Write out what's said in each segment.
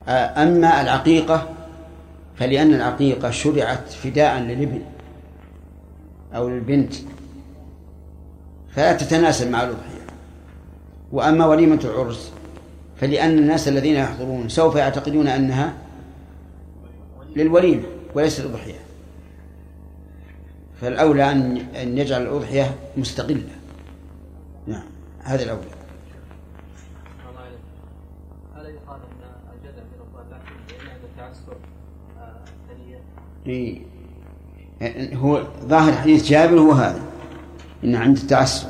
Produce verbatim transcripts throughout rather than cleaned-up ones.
أما العقيقة فلأن العقيقة شرعت فداء للابن أو للبنت فلا تتناسب مع الأضحية. وأما وليمة العرس فلأن الناس الذين يحضرون سوف يعتقدون أنها للوليمة وليس الأضحية، فالأولى أن يجعل الأضحية مستقلة. نعم هذا الأولى. هل يقال أن الجدع من الضالات لأن هذا تعسر ثانية؟ هو ظاهر حديث جابر هو هذا إن عند التعسر،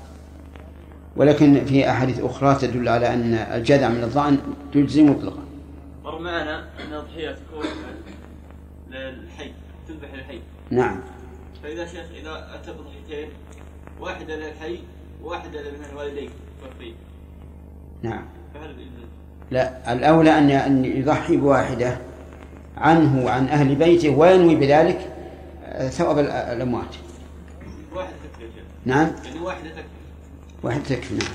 ولكن في أحاديث أخرى تدل على أن الجدع من الضأن تجزي مطلقا. مر معنا أن الأضحية تكون للحي، تذبح للحي. نعم. فإذا شيخ إذا أتى بضحيتين واحدة للحي وواحدة لمن الوالدين توفي. نعم. فهل لا، الأولى أن يضحي بواحدة عنه وعن أهل بيته وينوي بذلك ثواب الأموات. واحدة تكفي يا شيخ. نعم. يعني واحدة تكفي. واحدة تكفي. نعم.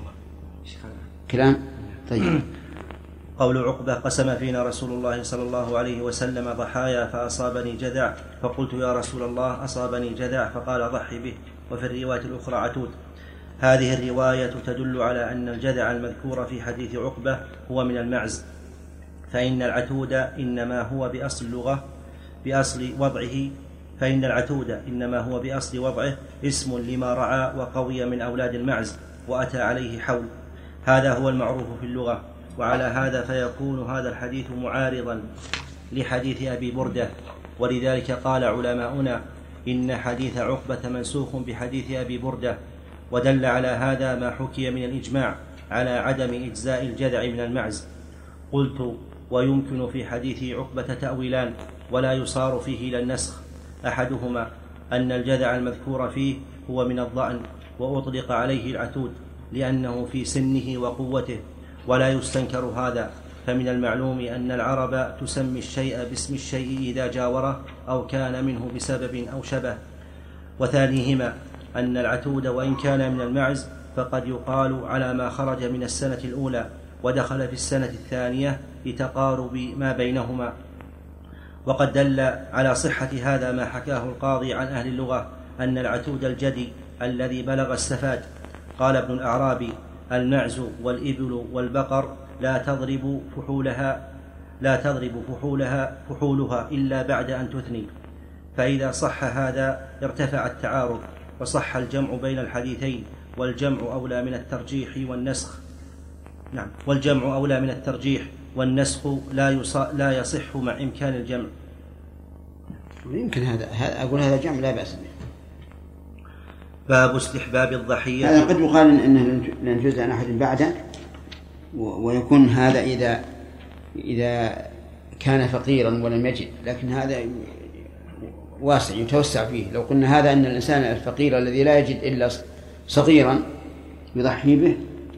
كلام طيب. قول عقبة: قسم فينا رسول الله صلى الله عليه وسلم ضحايا فأصابني جذع، فقلت يا رسول الله أصابني جذع، فقال ضحي به. وفي الرواية الأخرى عتود. هذه الرواية تدل على أن الجذع المذكور في حديث عقبة هو من المعز، فإن العتود إنما هو بأصل اللغة بأصل وضعه فإن العتود إنما هو بأصل وضعه اسم لما رعى وقوي من أولاد المعز وأتى عليه حول. هذا هو المعروف في اللغة. وعلى هذا فيكون هذا الحديث معارضا لحديث أبي بردة، ولذلك قال علماؤنا إن حديث عقبة منسوخ بحديث أبي بردة. ودل على هذا ما حكي من الإجماع على عدم إجزاء الجذع من المعز. قلت: ويمكن في حديث عقبة تأويلان ولا يصار فيه إلى النسخ. أحدهما أن الجذع المذكور فيه هو من الضأن وأطلق عليه العتود لأنه في سنه وقوته، ولا يستنكر هذا، فمن المعلوم أن العرب تسمي الشيء باسم الشيء إذا جاوره أو كان منه بسبب أو شبه. وثانيهما أن العتود وإن كان من المعز فقد يقال على ما خرج من السنة الأولى ودخل في السنة الثانية لتقارب ما بينهما. وقد دل على صحة هذا ما حكاه القاضي عن أهل اللغة أن العتود الجدي الذي بلغ السفاد. قال ابن الأعرابي: المعز والإبل والبقر لا تضرب فحولها لا تضرب فحولها فحولها إلا بعد أن تثني. فإذا صح هذا ارتفع التعارض وصح الجمع بين الحديثين، والجمع أولى من الترجيح والنسخ. نعم والجمع أولى من الترجيح والنسخ لا لا يصح مع إمكان الجمع. يمكن هذا أقول هذا جمع لا بأس به. باب استحباب الضحية. هذا قد يقال إنه لن يجوز عن أحد بعده، ويكون هذا إذا إذا كان فقيرا ولم يجد، لكن هذا واسع يتوسع فيه. لو قلنا هذا أن الإنسان الفقير الذي لا يجد إلا صغيرا يضحي به،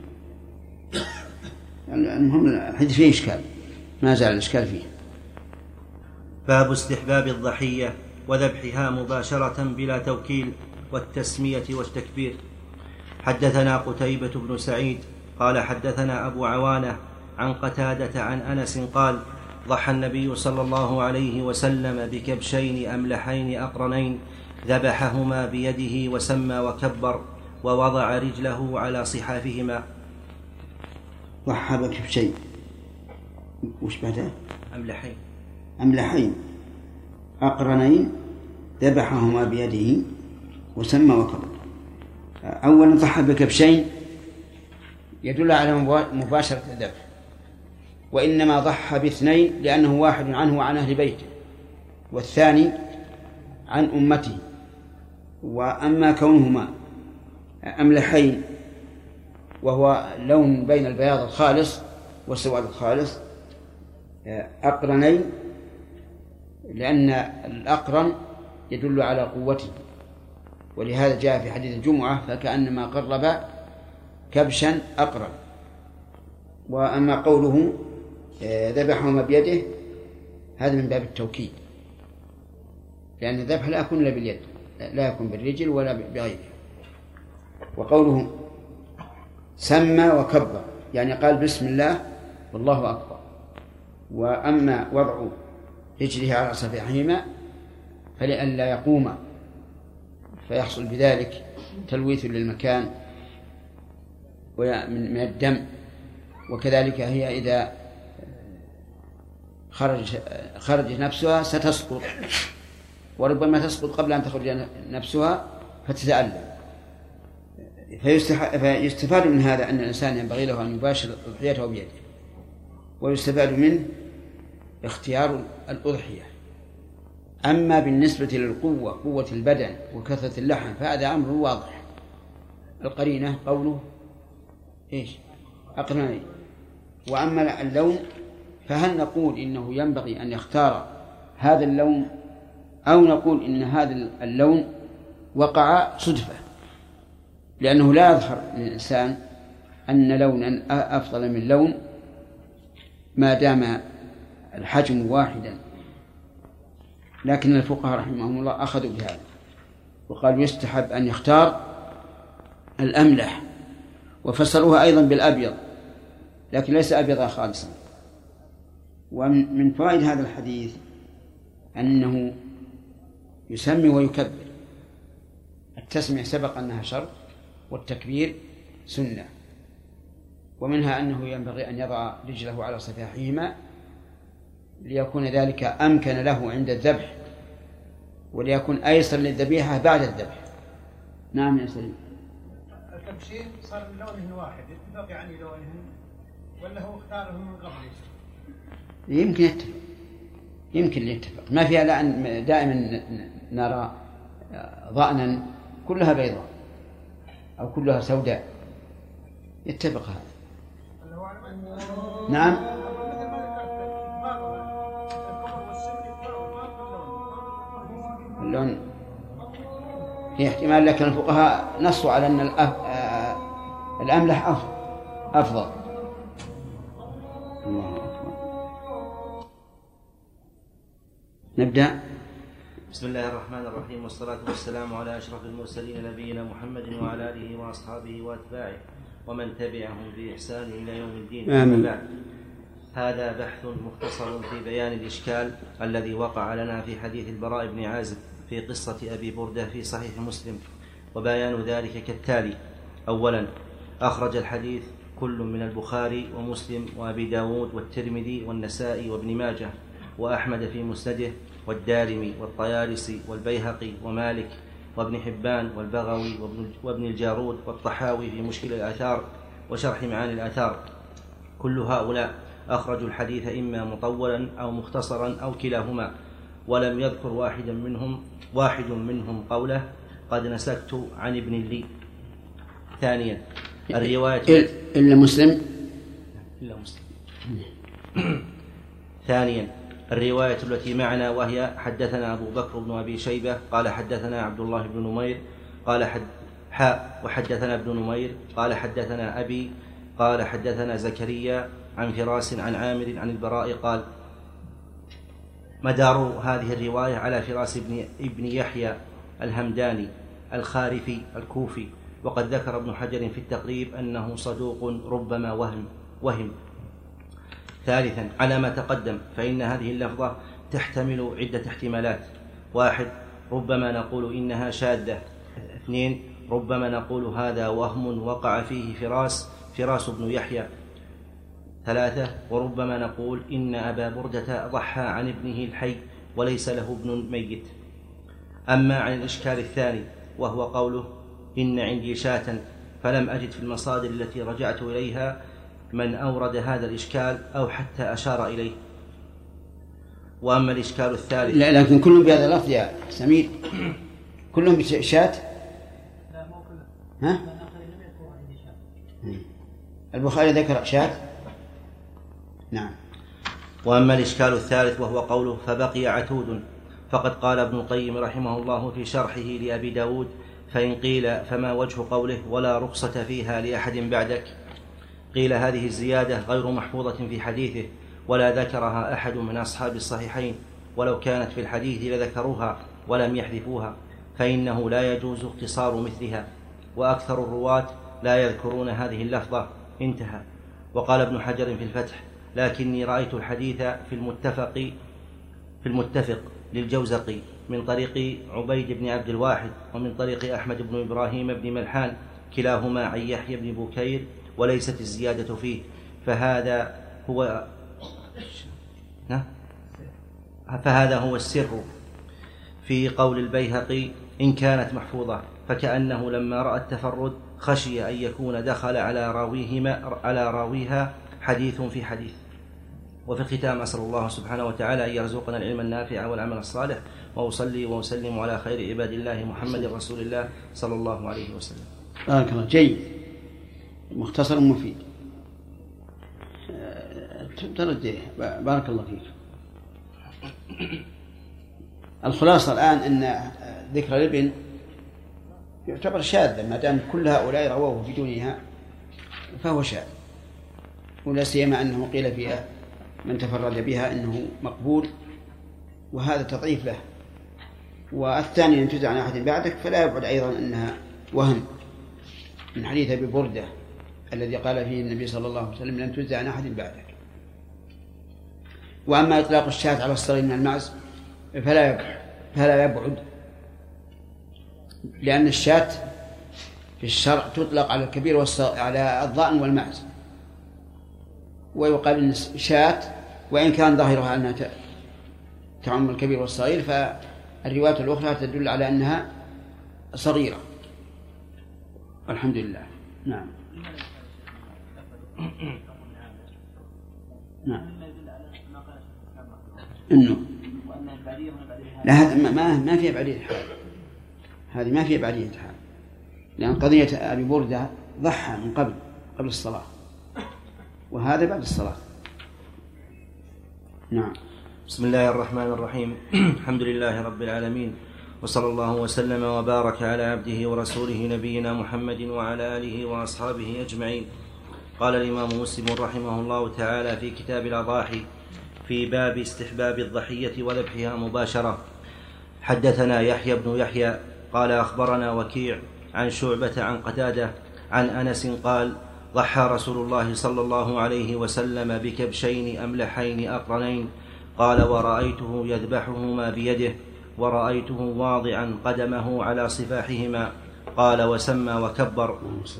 المهم الحديث فيه إشكال، ما زال الإشكال فيه. باب استحباب الضحية وذبحها مباشرة بلا توكيل والتسمية والتكبير. حدثنا قتيبة بن سعيد قال حدثنا أبو عوانة عن قتادة عن أنس قال: ضحى النبي صلى الله عليه وسلم بكبشين أملحين أقرنين، ذبحهما بيده وسمى وكبر ووضع رجله على صحافهما. ضحى بكبشين وش بعدها؟ أملحين أملحين أقرنين ذبحهما بيده وسمى وكبر. أولا ضحى بكبشين يدل على مباشرة الذبح، وإنما ضحى باثنين لأنه واحد عنه وعن أهل بيته، والثاني عن أمته. وأما كونهما أملحين وهو لون بين البياض الخالص والسواد الخالص، أقرنين لأن الأقرن يدل على قوته، ولهذا جاء في حديث الجمعة: فكأنما قرب كبشا أقرن. وأما قوله ذبحهما بيده هذا من باب التوكيد، لأن الذبح لا يكون إلا باليد، لا يكون بالرجل ولا بغيره. وقوله سمى وكبر يعني قال بسم الله والله أكبر، وأما وضع رجله على صفيحهما فلئلا يقوم فيحصل بذلك تلويث للمكان من الدم. وكذلك هي إذا خرج خرج نفسها ستسقط، وربما تسقط قبل أن تخرج نفسها فتتألم. فيستفاد من هذا أن الإنسان ينبغي له أن يباشر أضحيته بيده، ويستفاد منه اختيار الأضحية. أما بالنسبة للقوة، قوة البدن وكثرة اللحم، فهذا أمر واضح. القرينة قوله إيش؟ أقرني. وأما اللون فهل نقول إنه ينبغي أن يختار هذا اللون، أو نقول إن هذا اللون وقع صدفة، لأنه لا يظهر للإنسان أن لونا أفضل من لون ما دام الحجم واحدا. لكن الفقهاء رحمهم الله أخذوا بهذا وقالوا يستحب أن يختار الأملح، وفسروها أيضا بالأبيض لكن ليس أبيضا خالصا. ومن فوائد هذا الحديث أنه يسمي ويكبر. التسمية سبق أنها شرط، والتكبير سنة. ومنها أنه ينبغي أن يضع رجله على صفاحهما ليكون ذلك أمكن له عند الذبح، وليكون أيسر للذبيحة بعد الذبح. نعم يا سليم. التبشير صار من لونه واحد، اتفق يعني لونهم ولا هو اختاره من قبل؟ يمكن يتفق، يمكن يتفق. ما فيها لأن دائما نرى ضأنا كلها بيضاء أو كلها سوداء، يتفق هذا. نعم. اللون في احتمال، لكن الفقهاء نصوا على أن الأملح أفضل. الله أكبر. نبدأ. بسم الله الرحمن الرحيم، والصلاة والسلام على أشرف المرسلين نبينا محمد وعلى آله وأصحابه وأتباعه ومن تبعهم بإحسان إلى يوم الدين. آمين. بعد، هذا بحث مختصر في بيان الإشكال الذي وقع لنا في حديث البراء بن عازب في قصة أبي بردة في صحيح مسلم، وبيان ذلك كالتالي: أولا، أخرج الحديث كل من البخاري ومسلم وأبي داود والترمذي والنسائي وابن ماجه وأحمد في مسنده، والدارمي والطيالسي والبيهقي ومالك وابن حبان والبغوي وابن الجارود والطحاوي في مشكل الآثار وشرح معاني الآثار. كل هؤلاء أخرجوا الحديث إما مطولا أو مختصرا أو كلاهما، ولم يذكر واحدا منهم واحد منهم قوله قد نسكت عن ابن لي. ثانيا، الرواية إلا مسلم إلا مسلم. ثانيا، الرواية التي معنا وهي: حدثنا أبو بكر بن أبي شيبة قال حدثنا عبد الله بن نمير قال حد حاء وحدثنا ابن نمير قال حدثنا أبي قال حدثنا زكريا عن فراس عن عامر عن البراء قال. مدار هذه الرواية على فراس ابن, ابن يحيى الهمداني الخارفي الكوفي، وقد ذكر ابن حجر في التقريب أنه صدوق ربما وهم وهم ثالثا، على ما تقدم فإن هذه اللفظة تحتمل عدة احتمالات: واحد، ربما نقول إنها شاذة. اثنين، ربما نقول هذا وهم وقع فيه فراس فراس بن يحيى. ثلاثة، وربما نقول إن أبا بردة ضحى عن ابنه الحي وليس له ابن ميت. أما عن الإشكال الثاني وهو قوله إن عندي شاة، فلم أجد في المصادر التي رجعت إليها من أورد هذا الإشكال أو حتى أشار إليه. وأما الإشكال الثالث، لا لكن كلهم بهذا اللفظ يا سمير، كلهم بشاة. لا مو كلهم. ها؟ البخاري ذكر شاة. نعم. وأما الإشكال الثالث وهو قوله فبقي عتود، فقد قال ابن القيم رحمه الله في شرحه لأبي داود: فإن قيل فما وجه قوله ولا رخصة فيها لأحد بعدك؟ قيل هذه الزيادة غير محفوظة في حديثه، ولا ذكرها أحد من أصحاب الصحيحين، ولو كانت في الحديث لذكروها ولم يحذفوها، فإنه لا يجوز اختصار مثلها، وأكثر الرواة لا يذكرون هذه اللفظة. انتهى. وقال ابن حجر في الفتح: لكني رأيت الحديث في المتفق في المتفق للجوزقي من طريق عبيد بن عبد الواحد ومن طريق أحمد بن إبراهيم بن ملحان كلاهما عن يحيى بن بكير وليست الزيادة فيه، فهذا هو فهذا هو السر في قول البيهقي إن كانت محفوظة، فكأنه لما رأى التفرد خشي أن يكون دخل على راويهما على راويها حديث في حديث. وفي الختام أسأل الله سبحانه وتعالى أن يرزقنا العلم النافع والعمل الصالح، وأصلي وأسلم على خير عباد الله محمد رسول الله صلى الله عليه وسلم. بارك الله. جيد، مختصر مفيد. ترد بارك الله فيك. الخلاصة الآن أن ذكر الابن يعتبر شاذا ما دام كل هؤلاء رووه بدونها فهو شاذ، ولا سيما أنه قيل فيها من تفرد بها أنه مقبول، وهذا تضعيف له. والثاني أن تزع عن أحد بعدك فلا يبعد أيضا أنها وهم من حديث أبي بردة الذي قال فيه النبي صلى الله عليه وسلم لن تزع عن أحد بعدك. وأما إطلاق الشاة على الصغير من المعز فلا يبعد, فلا يبعد لأن الشاة في الشرع تطلق على الكبير والصغير، على الضأن والمعز، ويقال إن شاة وإن كان ظاهرها أنها تعم الكبير والصغير فالروايات الأخرى تدل على أنها صغيرة. الحمد لله. نعم نعم إنه لا هذا ما ما فيها بعدية حال، هذه ما فيها بعدية حال، لأن قضية أبي بردة ضحى من قبل قبل الصلاة، وهذا بعد الصلاة. نعم. بسم الله الرحمن الرحيم. الحمد لله رب العالمين، وصلى الله وسلم وبارك على عبده ورسوله نبينا محمد وعلى آله وأصحابه أجمعين. قال الإمام مسلم رحمه الله تعالى في كتاب الأضاحي في باب استحباب الضحية وذبحها مباشرة: حدثنا يحيى بن يحيى قال أخبرنا وكيع عن شعبة عن قتادة عن أنس قال: ضحى رسول الله صلى الله عليه وسلم بكبشين أملحين أقرنين، قال: ورأيته يذبحهما بيده، ورأيته واضعا قدمه على صفاحهما، قال: وسمى وكبر.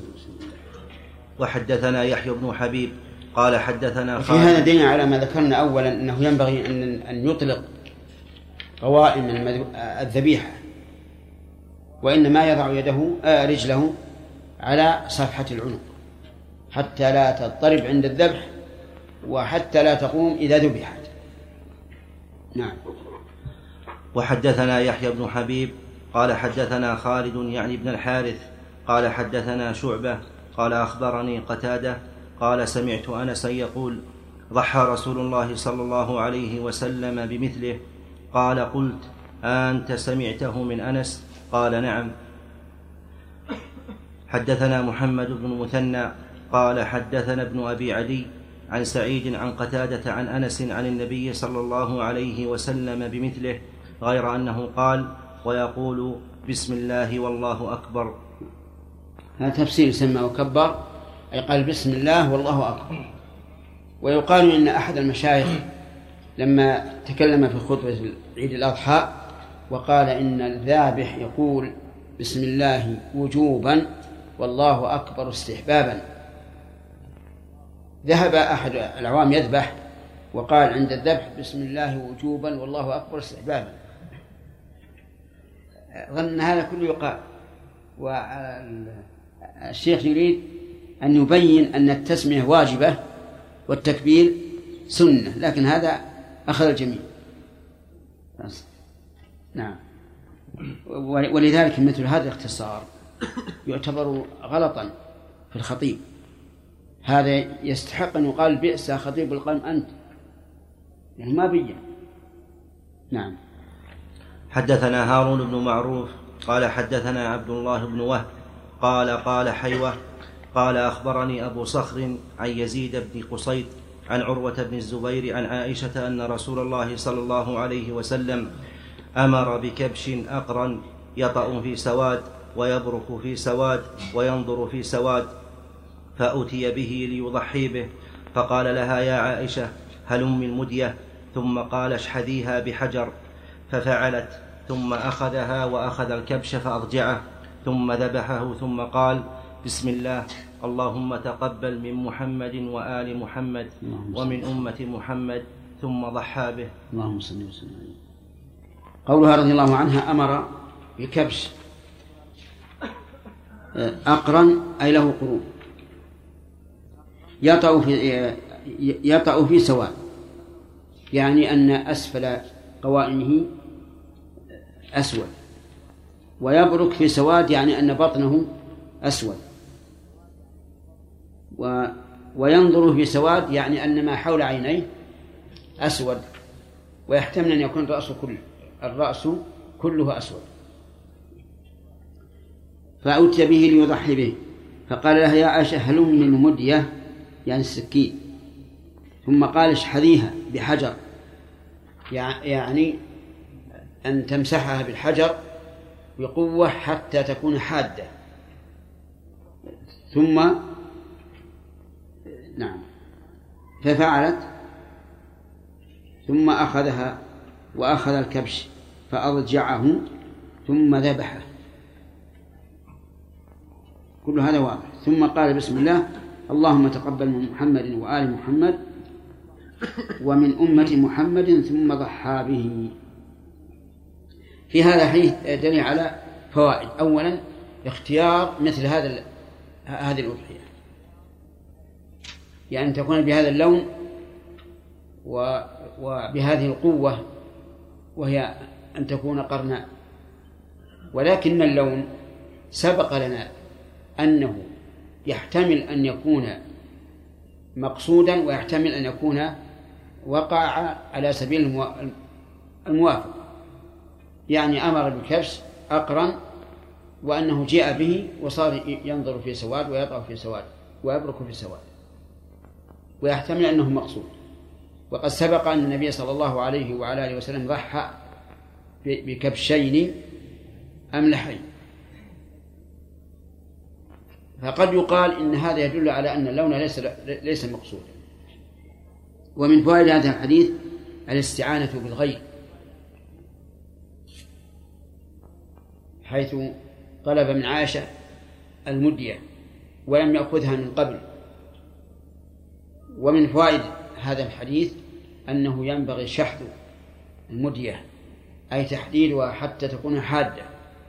وحدثنا يحيى بن حبيب قال حدثنا في هذا دين على ما ذكرنا أولا أنه ينبغي أن يطلق قوائم الذبيحة، وإنما يضع يده آه رجله على صفحة العنق حتى لا تضطرب عند الذبح، وحتى لا تقوم إذا ذبحت. نعم. وحدثنا يحيى بن حبيب قال حدثنا خالد يعني بن الحارث قال حدثنا شعبة قال أخبرني قتادة قال: سمعت أنسا يقول: ضحى رسول الله صلى الله عليه وسلم بمثله. قال: قلت: أنت سمعته من أنس؟ قال: نعم. حدثنا محمد بن المثنى قال حدثنا ابن أبي عدي عن سعيد عن قتادة عن أنس عن النبي صلى الله عليه وسلم بمثله، غير أنه قال: ويقول بسم الله والله أكبر. هذا تفسير سمى وكبر، أي قال بسم الله والله أكبر. ويقال إن أحد المشايخ لما تكلم في خطبة عيد الأضحى وقال إن الذابح يقول بسم الله وجوبا والله أكبر استحبابا، ذهب أحد العوام يذبح وقال عند الذبح بسم الله وجوبا والله أكبر استحبابا، ظن هذا كله يقال. والشيخ يريد أن يبين أن التسمية واجبة والتكبير سنة، لكن هذا أخذ الجميع. نعم. ولذلك مثل هذا الاختصار يعتبر غلطا في الخطيب، هذا يستحق أن يقال بئس خطيب القوم أنت، يعني ما بين. نعم. حدثنا هارون بن معروف قال حدثنا عبد الله بن وهب قال قال حيوة قال أخبرني أبو صخر عن يزيد بن قصيد عن عروة بن الزبير عن عائشة أن رسول الله صلى الله عليه وسلم أمر بكبش أقرن يطأ في سواد ويبرك في سواد وينظر في سواد، فأتي به ليضحي به، فقال لها يا عائشة هلم المدية، ثم قال اشحذيها بحجر، ففعلت، ثم أخذها وأخذ الكبش فأضجعه، ثم ذبحه، ثم قال بسم الله اللهم تقبل من محمد وآل محمد ومن أمة محمد، ثم ضحى به. اللهم صل وسلم عليه. قولها رضي الله عنها أمر بكبش أقرن أي له قرون يطأ في يطأ في سواد، يعني أن أسفل قوائمه أسود، ويبرك في سواد يعني أن بطنه أسود، و وينظر في سواد يعني أن ما حول عينيه أسود، ويحتمل أن يكون الرأس كله الرأس كله أسود. فأتي به ليضحي به، فقال لها يا عائشة هلم من مدية يعني السكين، ثم قال اشحذيها بحجر يعني أن تمسحها بالحجر بقوة حتى تكون حادة، ثم نعم ففعلت، ثم أخذها وأخذ الكبش فأضجعه ثم ذبحه. كل هذا واضح. ثم قال بسم الله اللهم تقبل من محمد وآل محمد ومن أمة محمد، ثم ضحى به. في هذا الحديث دليل على فوائد. أولا اختيار مثل هذا هذه الأضحية، يعني أن تكون بهذا اللون وبهذه القوة، وهي أن تكون قرناء. ولكن اللون سبق لنا أنه يحتمل أن يكون مقصودا ويحتمل أن يكون وقع على سبيل الموافق، يعني أمر بالكبش أقرن وأنه جاء به وصار ينظر في سواد ويطأ في سواد ويبرك في سواد، ويحتمل أنه مقصود. وقد سبق أن النبي صلى الله عليه وعلى آله وسلم ضحى بكبشين أملحين، فقد يقال إن هذا يدل على أن اللون ليس ليس مقصودا. ومن فوائد هذا الحديث الاستعانة بالغير، حيث طلب من عائشة المدية ولم يأخذها من قبل. ومن فوائد هذا الحديث أنه ينبغي شحذ المدية، أي تحديدها حتى تكون حادة،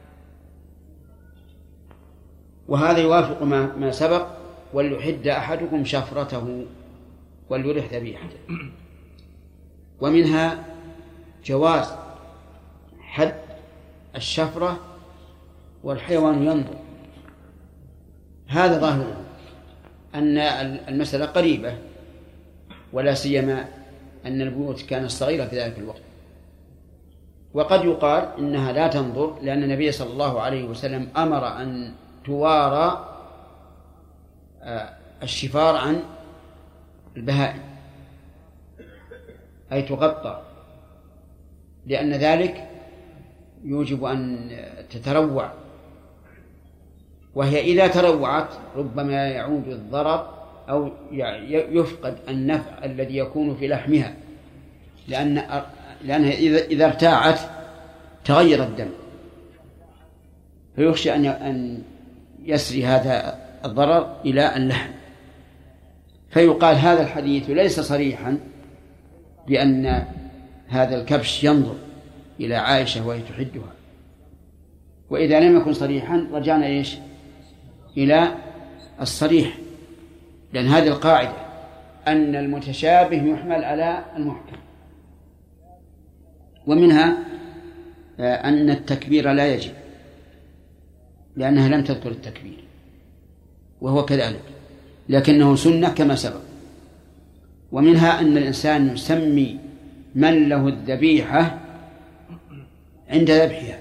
وهذا يوافق ما, ما سبق وليحد أحدكم شفرته وليرح ذبيحته. ومنها جواز حد الشفرة والحيوان ينظر، هذا ظاهر أن المسألة قريبة، ولا سيما أن البيوت كانت صغيرة في ذلك الوقت. وقد يقال إنها لا تنظر لأن النبي صلى الله عليه وسلم أمر أن توارى الشفار عن البهائم، أي تغطى، لأن ذلك يوجب أن تتروع، وهي إذا تروعت ربما يعود الضرر أو يفقد النفع الذي يكون في لحمها، لأن لأنها إذا ارتاعت تغير الدم، فيخشى أن يسري هذا الضرر إلى اللحم. فيقال هذا الحديث ليس صريحا بأن هذا الكبش ينظر إلى عائشة وهي تحدها، وإذا لم يكن صريحا رجعنا إيش إلى الصريح، لأن هذه القاعدة أن المتشابه يحمل على المحكم. ومنها أن التكبير لا يجب لأنها لم تذكر التكبير، وهو كذلك، لكنه سنة كما سبق. ومنها أن الإنسان يسمي من له الذبيحة عند ذبحها،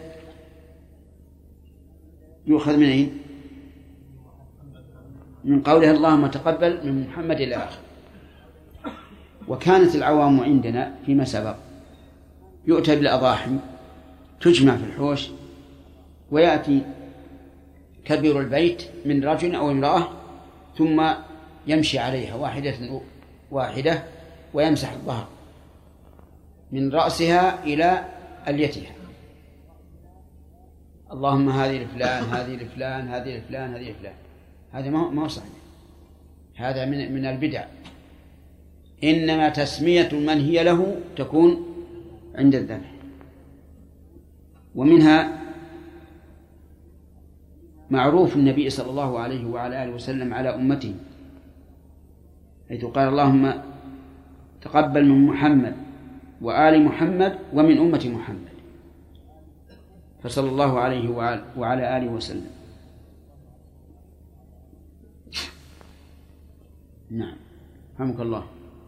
يؤخذ من أين؟ من قوله اللهم تقبل من محمد إلى آخر. وكانت العوام عندنا فيما سبق يؤتى بالأضاحي تجمع في الحوش، ويأتي كبير البيت من رجل أو امرأة ثم يمشي عليها واحدة واحدة ويمسح الظهر من رأسها إلى أليتها، اللهم هذه لفلان هذه لفلان هذه لفلان هذه لفلان. هذا ما هو صحيح، هذا من من البدع. إنما تسمية من هي له تكون عند الذبح. ومنها معروف النبي صلى الله عليه وعلى آله وسلم على أمته، حيث قال اللهم تقبل من محمد وآل محمد ومن أمة محمد، فصلى الله عليه وعلى آله وسلم. نعم، رحمك الله.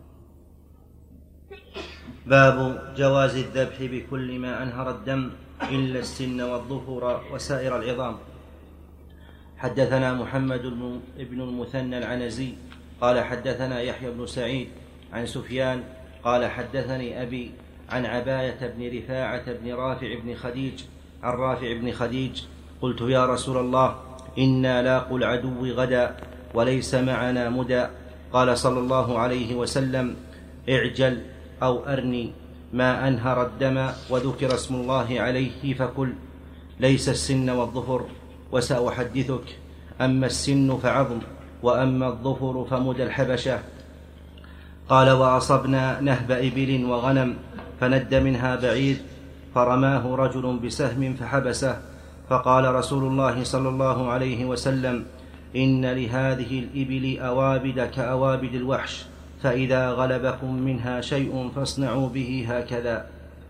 باب جواز الذبح بكل ما أنهر الدم إلا السن والظفر وسائر العظام. حدثنا محمد بن المثنى العنزي قال حدثنا يحيى بن سعيد عن سفيان قال حدثني أبي عن عباية بن رفاعة بن رافع بن خديج عن رافع بن خديج قلت يا رسول الله إنا لاقوا العدو غدا وليس معنا مدى. قال صلى الله عليه وسلم اعجل أو أرني ما أنهر الدم وذكر اسم الله عليه فكل، ليس السن والظفر وسأحدثك، أما السن فعظم وأما الظفر فمدى الحبشة. قال وأصبنا نهب إبل وغنم فند منها بعير فرماه رجل بسهم فحبسه، فقال رسول الله صلى الله عليه وسلم إن لهذه الإبل أوابد كأوابد الوحش، فإذا غلبكم منها شيء فاصنعوا به هكذا.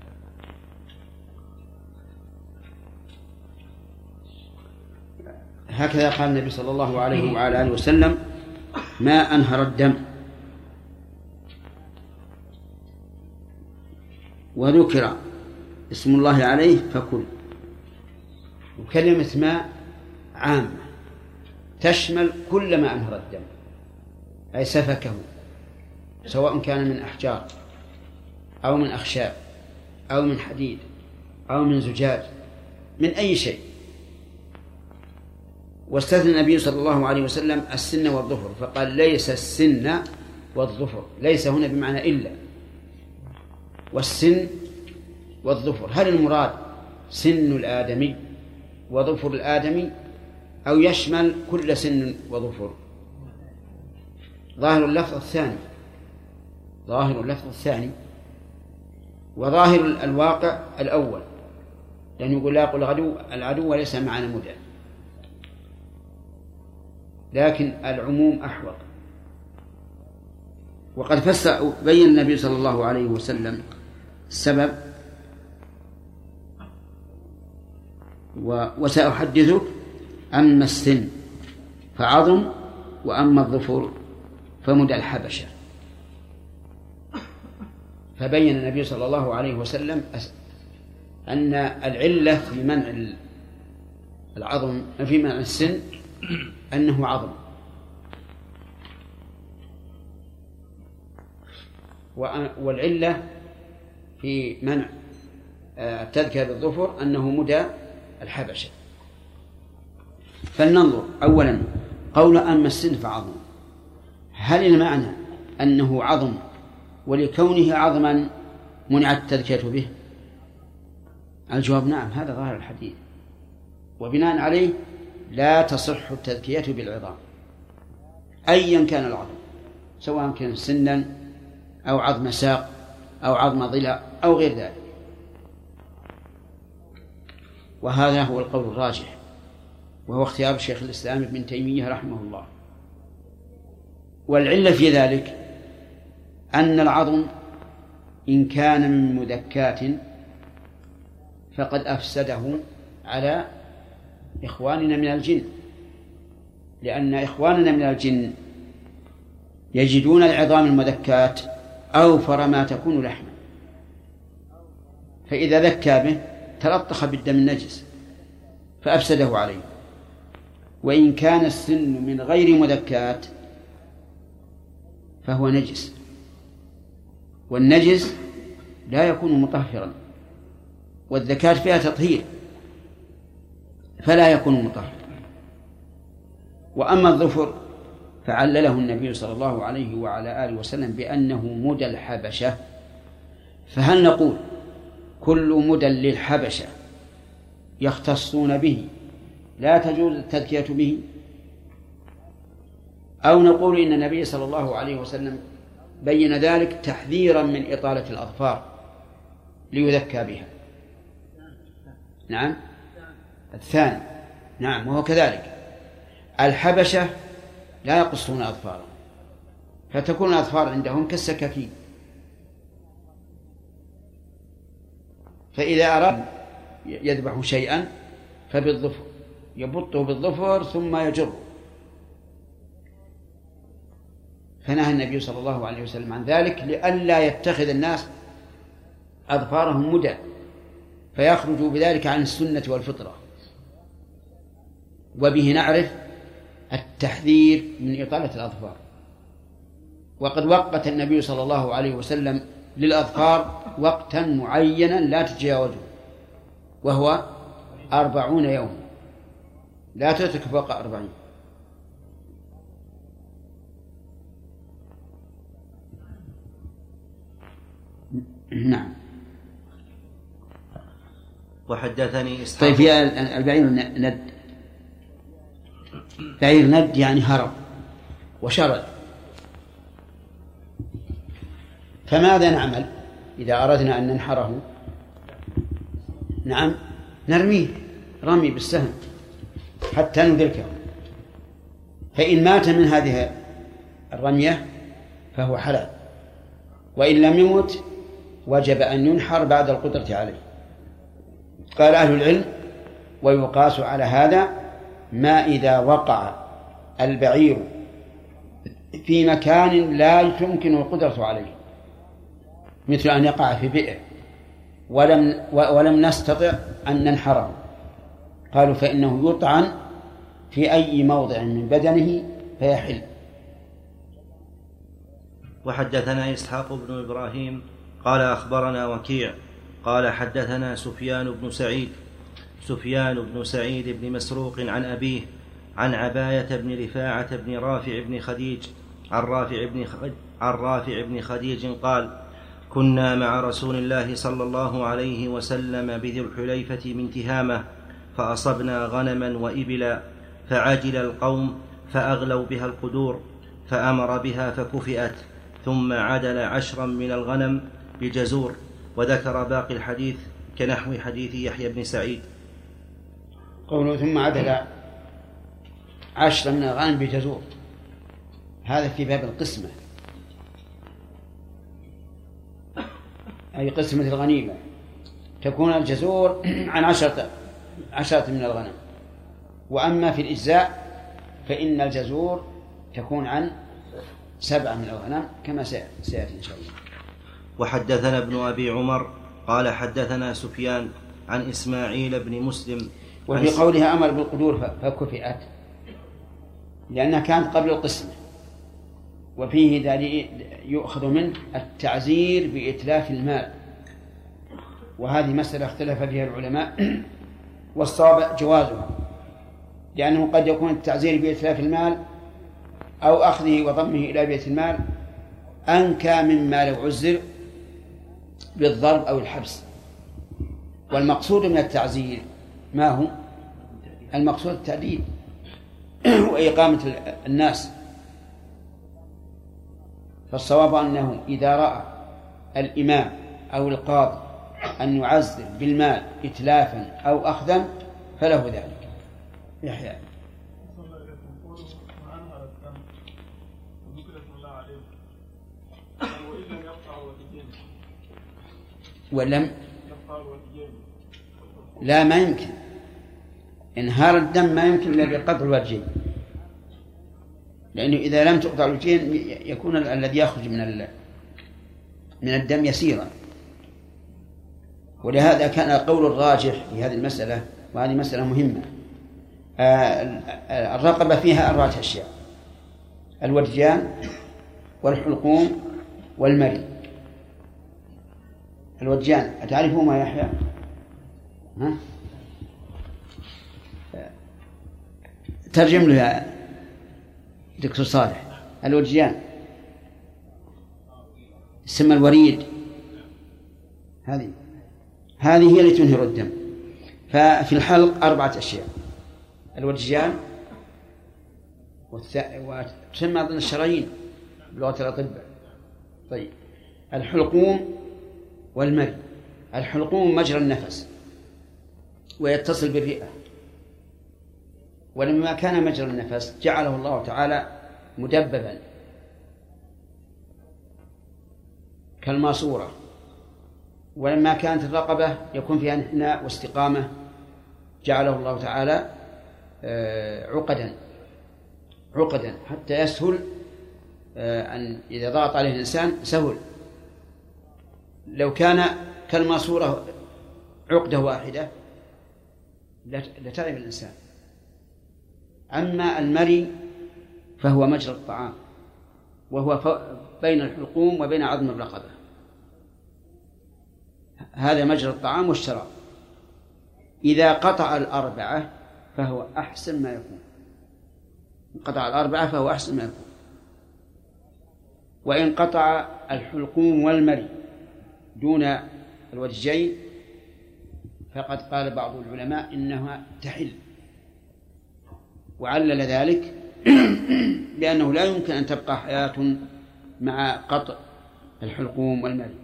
هكذا قال النبي صلى الله عليه وعلى آله وسلم ما أنهر الدم، وذكر اسم الله عليه فكل. وكلمة ماء عامة تشمل كل ما أنهر الدم، أي سفكه، سواء كان من أحجار أو من أخشاب أو من حديد أو من زجاج، من أي شيء. واستثنى النبي صلى الله عليه وسلم السن والظفر، فقال ليس السن والظفر، ليس هنا بمعنى إلا، والسن والظفر. هل المراد سن الآدمي وظفر الآدمي أو يشمل كل سن وظفر؟ ظاهر اللفظ الثاني، ظاهر اللفظ الثاني، وظاهر الواقع الأول، لأنه يقول لا يقول العدو العدو وليس معنا مدى، لكن العموم أحوط. وقد فسر بين النبي صلى الله عليه وسلم السبب، وسأحدثك أما السن فعظم وأما الظفر فمدى الحبشة. فبين النبي صلى الله عليه وسلم أن العلة في منع العظم في منع السن أنه عظم، والعلة في منع التذكير بالظفر أنه مدى الحبشة. فلننظر أولا قول أما السن فعظم، هل المعنى أنه عظم ولكونه عظما منعت التذكية به؟ الجواب نعم، هذا ظاهر الحديث، وبناء عليه لا تصح التذكية بالعظام أيا كان العظم، سواء كان سنا أو عظم ساق أو عظم ضلع أو غير ذلك. وهذا هو القول الراجح، وهو اختيار شيخ الإسلام ابن تيمية رحمه الله. والعلة في ذلك أن العظم إن كان من مذكات فقد أفسده على إخواننا من الجن، لأن إخواننا من الجن يجدون العظام المذكات أوفر ما تكون لحما، فإذا ذكى به تلطخ بالدم النجس فأفسده عليه. وإن كان السن من غير مذكات فهو نجس، والنجس لا يكون مطهرا، والذكاة فيها تطهير فلا يكون مطهرا. وأما الظفر فعلله النبي صلى الله عليه وعلى آله وسلم بأنه مدى الحبشة. فهل نقول كل مدى للحبشة يختصون به لا تجوز التذكية به، أو نقول إن النبي صلى الله عليه وسلم بين ذلك تحذيرا من إطالة الأظفار ليذكى بها؟ نعم الثاني. نعم وهو كذلك. الحبشة لا يقصون أظفارهم، فتكون الأظفار عندهم كالسكاكين، فإذا أراد يذبح شيئا فبالظفر يبطه بالظفر ثم يجره. فنهى النبي صلى الله عليه وسلم عن ذلك لئلا يتخذ الناس أظفارهم مدى فيخرجوا بذلك عن السنة والفطرة. وبه نعرف التحذير من إطالة الأظفار. وقد وقت النبي صلى الله عليه وسلم للأظفار وقتا معينا لا تتجاوزه، وهو أربعون يوما، لا تترك فوق أربعين. نعم. وحدثني إسحاق. طيب في البعير ند، بعير ند يعني هرب وشرد، فماذا نعمل إذا أردنا أن ننحره؟ نعم نرميه رمي بالسهم حتى ندركه، فإن مات من هذه الرمية فهو حلال، وإن لم يمت وجب أن ينحر بعد القدرة عليه. قال أهل العلم ويقاس على هذا ما إذا وقع البعير في مكان لا يمكن القدرة عليه، مثل أن يقع في بئر ولم, ولم نستطع أن ننحره، قالوا فإنه يطعن في أي موضع من بدنه فيحل. وحدثنا إسحاق بن إبراهيم قال أخبرنا وكيع قال حدثنا سفيان بن سعيد سفيان بن سعيد بن مسروق عن أبيه عن عباية بن رفاعة بن رافع بن خديج عن رافع بن عن رافع بن خديج قال كنا مع رسول الله صلى الله عليه وسلم بذي الحليفة من تهامة فأصبنا غنما وإبلا فعجل القوم فأغلوا بها القدور فأمر بها فكفئت ثم عدل عشرا من الغنم بجزور، وذكر باقي الحديث كنحو حديث يحيى بن سعيد. قوله ثم عدل عشرا من الغنم بجزور، هذا في باب القسمة، أي قسمة الغنيمة تكون الجزور عن عشرة عشرة من الغنم، وأما في الإجزاء فإن الجزور تكون عن سبعة من الغنم كما سيأتي إن شاء الله. وحدثنا ابن أبي عمر قال حدثنا سفيان عن إسماعيل بن مسلم. وفي قولها أمر بالقدور فكفئت لأنها كانت قبل القسمة، وفيه دليل يؤخذ منه التعزير بإتلاف المال، وهذه مسألة اختلف فيها العلماء والصواب جوازها، لأنه قد يكون التعزير بإتلاف المال أو أخذه وضمه إلى بيت المال أنكى مما لو عزر بالضرب أو الحبس. والمقصود من التعزير ما هو؟ المقصود التعديل وإقامة الناس. فالصواب أنه إذا رأى الإمام أو القاضي أن يعزر بالمال إتلافا أو أخذا فله ذلك. يحيى ولم لا ما يمكن انهار الدم، ما يمكن إلا بقطع الوجهين، لأنه إذا لم تقطع الوجهين يكون الذي يخرج من من الدم يسيرا. ولهذا كان قول الراجح في هذه المسألة، وهذه مسألة مهمة، الرقبة فيها أربعة أشياء: الودجان والحلقوم والمري. الودجان أتعرفوا ما يحيى؟ ها؟ ترجم له دكتور صالح، الوجيان، السم الوريد، هذه هذه هي اللي تنهر الدم. ففي الحلق أربعة أشياء: الوجيان، وتسمى أظن الشرايين بلغة الأطباء. طيب، الحلقوم والمري. الحلقوم مجرى النفس ويتصل بالرئة، ولما كان مجرى النفس جعله الله تعالى مدببا كالماسورة، ولما كانت الرقبة يكون فيها انحناء واستقامة جعله الله تعالى عقدا عقدا حتى يسهل أن إذا ضغط عليه الإنسان سهل. لو كان كالماسورة عقدة واحدة لتعب الإنسان. أما المري فهو مجرى الطعام، وهو بين الحلقوم وبين عظم الرقبة، هذا مجرى الطعام والشراب. إذا قطع الأربعة فهو أحسن ما يكون، قطع الأربعة فهو أحسن ما يكون. وإن قطع الحلقوم والمري دون الوجهين فقد قال بعض العلماء إنها تحل، وعلل ذلك لأنه لا يمكن أن تبقى حياة مع قطع الحلقوم والمري.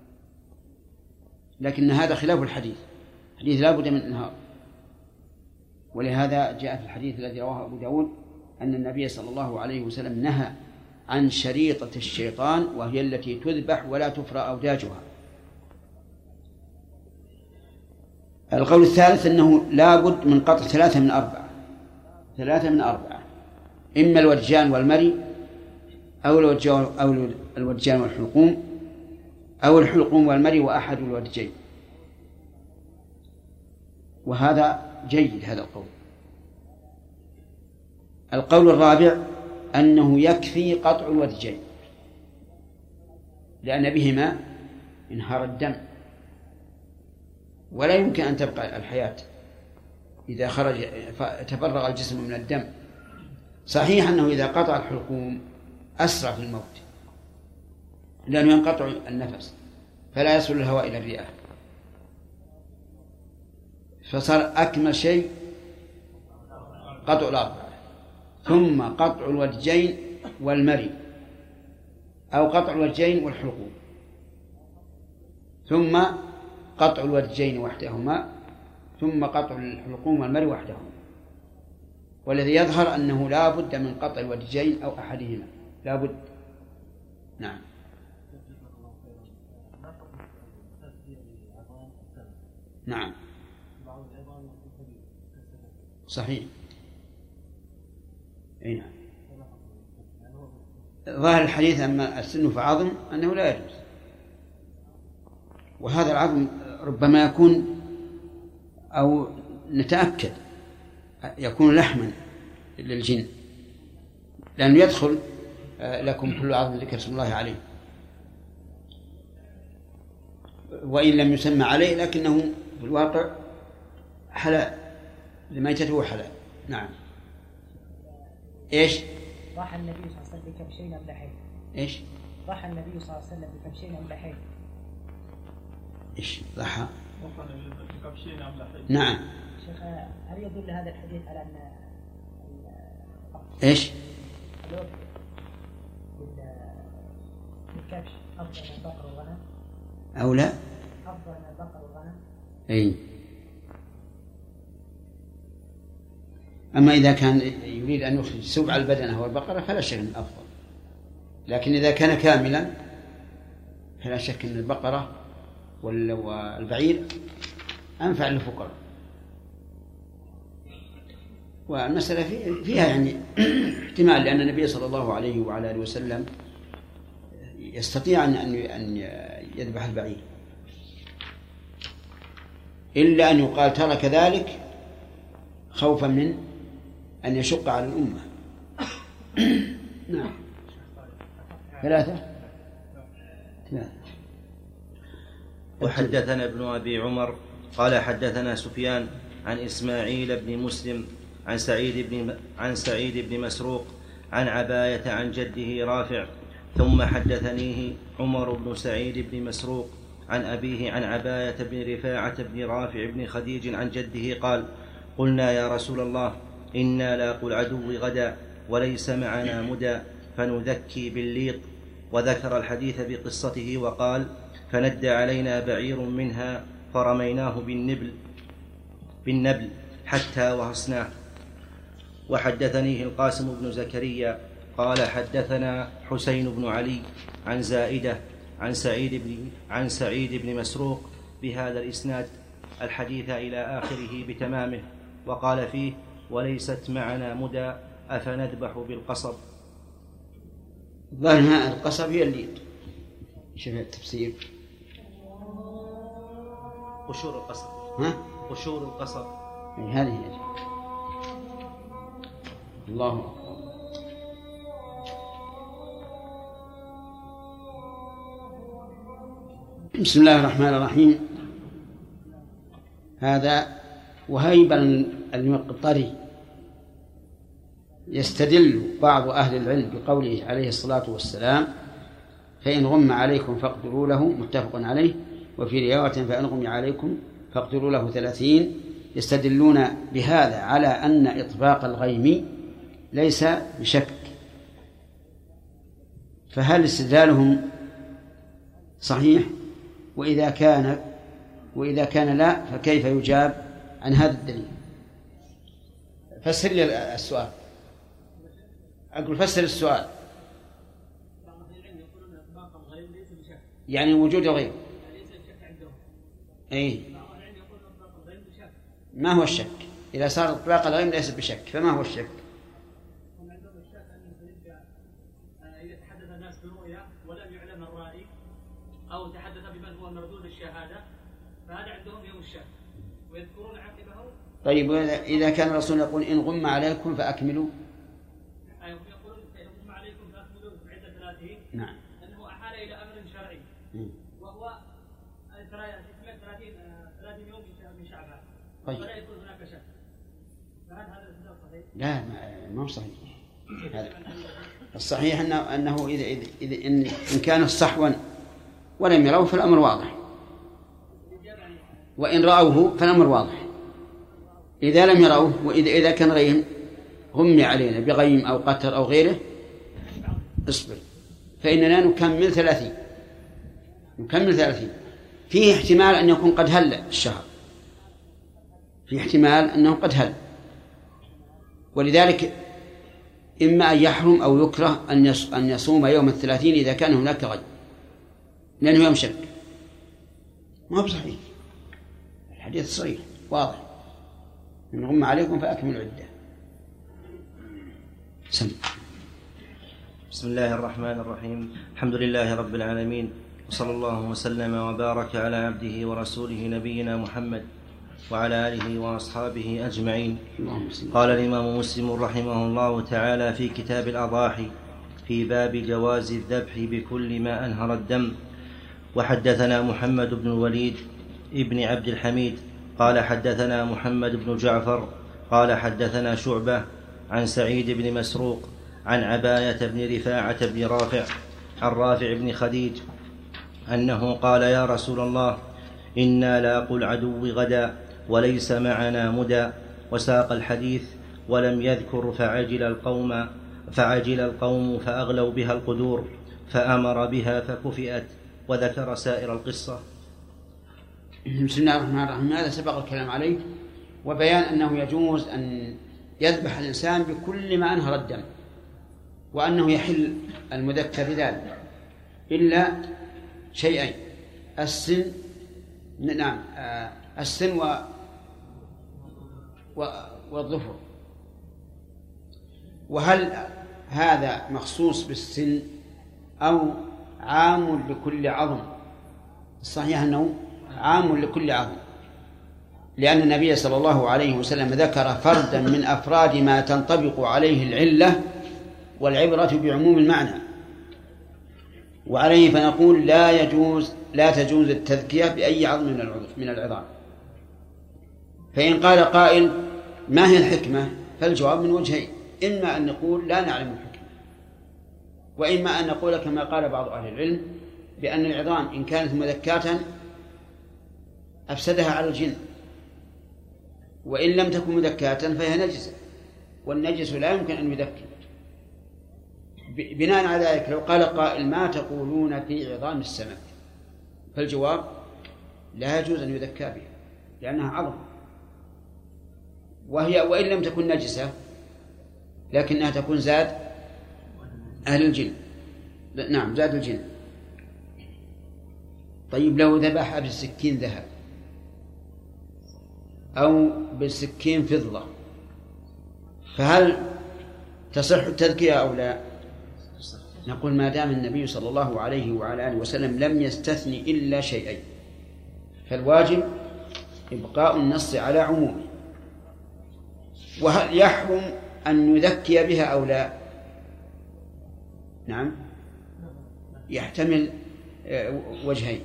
لكن هذا خلاف الحديث، الحديث لا بد من إنهار. ولهذا جاء في الحديث الذي رواه أبو داود أن النبي صلى الله عليه وسلم نهى عن شريطة الشيطان، وهي التي تذبح ولا تفرى أوداجها. القول الثالث أنه لا بد من قطع ثلاثة من أربعة ثلاثة من أربعة إما الوجان والمري أو الوجان أو الوجان والحلقوم أو الحلقوم والمري وأحد الوجين. وهذا جيد هذا القول. القول الرابع أنه يكفي قطع الوجين، لأن بهما انهار الدم، ولا يمكن أن تبقى الحياة إذا خرج تفرغ الجسم من الدم. صحيح أنه إذا قطع الحلقوم أسرع في الموت، لأنه ينقطع النفس فلا يصل الهواء إلى الرئة، فصار أكمل شيء قطع الأربعة، ثم قطع الوجين والمري، أو قطع الوجين والحلقوم، ثم قطع الوجين وحدهما، ثم قطع الحلقوم والمري وحدهما. والذي يظهر أنه لا بد من قطع الوجين أو أحدهما، لا بد. نعم. نعم صحيح. أي نعم. ظاهر الحديث أما السن فعظم أنه لا يجوز، وهذا العظم ربما يكون أو نتأكد يكون لحما للجن، لأنه يدخل لكم كل عظم ذكر اسم الله عليه، وإن لم يسمى عليه لكنه في الواقع حلال، لميتته حلال. نعم. إيش؟ ضحى النبي صلى الله عليه وسلم بكبشين أملحين. إيش؟ ضحى النبي صلى الله عليه وسلم بكبشين أملحين. إيش ضحى؟ ضحى بكبشين أملحين. نعم. شيخ، هل يدل هذا الحديث على أن إيش؟ الوقت بالكبش أفضل من البقر والغنم؟ أو لا؟ أفضل من البقر والغنم؟ أي. أما إذا كان يريد أن يخرج سبع البدنة والبقرة فلا شك أنه أفضل، لكن إذا كان كاملا فلا شك أن البقرة والبعير أنفع للفقراء. والمسألة فيها يعني احتمال، لأن النبي صلى الله عليه وعلى آله وسلم يستطيع أن يذبح البعير، إلا أن يقال ترك ذلك خوفا من أن يشق على الأمة. نعم. ثلاثة ثلاثة. وحدثنا ابن أبي عمر قال حدثنا سفيان عن إسماعيل بن مسلم عن سعيد بن عن سعيد بن مسروق عن عباية عن جده رافع. ثم حدثنيه عمر بن سعيد بن مسروق عن أبيه عن عباية بن رفاعة بن رافع بن خديج عن جده قال: قلنا يا رسول الله إنا لاقوا العدو غدا وليس معنا مدى فنذكي بالليط. وذكر الحديث بقصته وقال: فندى علينا بعير منها فرميناه بالنبل, بالنبل حتى وهصناه. وحدثنيه القاسم بن زكريا قال: حدثنا حسين بن علي عن زائدة عن سعيد بن, عن سعيد بن مسروق بهذا الإسناد الحديث إلى آخره بتمامه، وقال فيه: وليست معنا مدى أفنذبح بالقصب. ظاهر ماء القصب هي الليط. شوف التفسير. قشور القصب. ها؟ قشور القصب. هذه هي. الله أكبر. بسم الله الرحمن الرحيم. هذا وهيب المقطري يستدل بعض أهل العلم بقوله عليه الصلاة والسلام: فإن غم عليكم فاقدروا له، متفق عليه. وفي رواية: فإن غم عليكم فاقدروا له ثلاثين. يستدلون بهذا على أن إطباق الغيم ليس بشك. فهل استدلالهم صحيح؟ وإذا كان وإذا كان لا، فكيف يجاب عن هذا الدليل؟ فسر لي السؤال. أقول فسر السؤال. يعني وجود الغيب. أي ما هو الشك؟ إذا صار إطلاق الغيب ليس بشك، فما هو الشك؟ إذا تحدث الناس برؤيا ولم يعلم الرائي أو تحدث بمن هو مردود الشهادة، فهذا عندهم يوم الشك ويذكرون عقبه. طيب إذا كان الرسول يقول: إن غم عليكم فأكملوا. أيوة، يقول: إن غم عليكم فأكملوا عدة ثلاثين. نعم. أنه أحال إلى أمر شرعي، وهو ثلاثين يوم من شعبان. طيب. ولا يكون هناك شك. فهل هذا الاستدلال صحيح؟ لا، ما هو صحيح. هذا الصحيح أنه, أنه إذا, إذا, إذا إن, إن كان صحوا ولم يروه فالأمر واضح، وإن رأوه فالأمر واضح. إذا لم يروه، وإذا إذا كان غيم غمي علينا بغيم أو قتر أو غيره، اصبر، فإننا نكمل ثلاثين نكمل ثلاثين فيه احتمال أن يكون قد هل الشهر، فيه احتمال أنه قد هل، ولذلك إما أن يحرم أو يكره أن يصوم يوم الثلاثين إذا كان هناك غيب، لأنه يوم شك. ما هو صحيح، الحديث صحيح واضح: إن غم عليكم فأكملوا العدة. سم. بسم الله الرحمن الرحيم. الحمد لله رب العالمين، وصلى الله وسلم وبارك على عبده ورسوله نبينا محمد وعلى آله وأصحابه أجمعين. قال الإمام مسلم رحمه الله تعالى في كتاب الأضاحي في باب جواز الذبح بكل ما أنهر الدم: وحدثنا محمد بن الوليد ابن عبد الحميد قال حدثنا محمد بن جعفر قال حدثنا شعبة عن سعيد بن مسروق عن عباية بن رفاعة بن رافع عن رافع بن خديج أنه قال: يا رسول الله إنا لاقوا العدو غدا وليس معنا مدى. وساق الحديث ولم يذكر فعجل القوم فعجل القوم فأغلوا بها القدور فأمر بها فكفئت، وذكر سائر القصة. بسم الله الرحمن الرحيم. هذا سبق الكلام عليه، وبيان أنه يجوز أن يذبح الإنسان بكل ما أنهر الدم، وأنه يحل المذكر ذلك إلا شيئين: السن نعم السن و... و... والظفر. وهل هذا مخصوص بالسن أو عام لكل عظم؟ الصحيح أنه عام لكل عظم، لأن النبي صلى الله عليه وسلم ذكر فردا من أفراد ما تنطبق عليه العلة، والعبرة بعموم المعنى. وعليه فنقول لا يجوز لا تجوز التذكية بأي عظم من العظام. فإن قال قائل: ما هي الحكمة؟ فالجواب من وجهين: إما أن نقول لا نعلم الحكمة، وإما أن نقول كما قال بعض أهل العلم بأن العظام إن كانت مذكاة أفسدها على الجن، وإن لم تكن مذكاة فهي نجسة، والنجس لا يمكن أن يذكي. بناء على ذلك لو قال قائل ما تقولون في عظام السمك، فالجواب لا يجوز أن يذكى بها لأنها عظم، وهي وإن لم تكن نجسة لكنها تكون زاد أهل الجن. نعم زاد الجن. طيب لو ذبح بالسكين ذهب أو بالسكين فضة فهل تصح التذكية أو لا؟ نقول ما دام النبي صلى الله عليه وعلى آله وسلم لم يستثني إلا شيئين فالواجب إبقاء النص على عمومه. وهل يحرم أن يذكي بها أو لا؟ نعم يحتمل وجهين.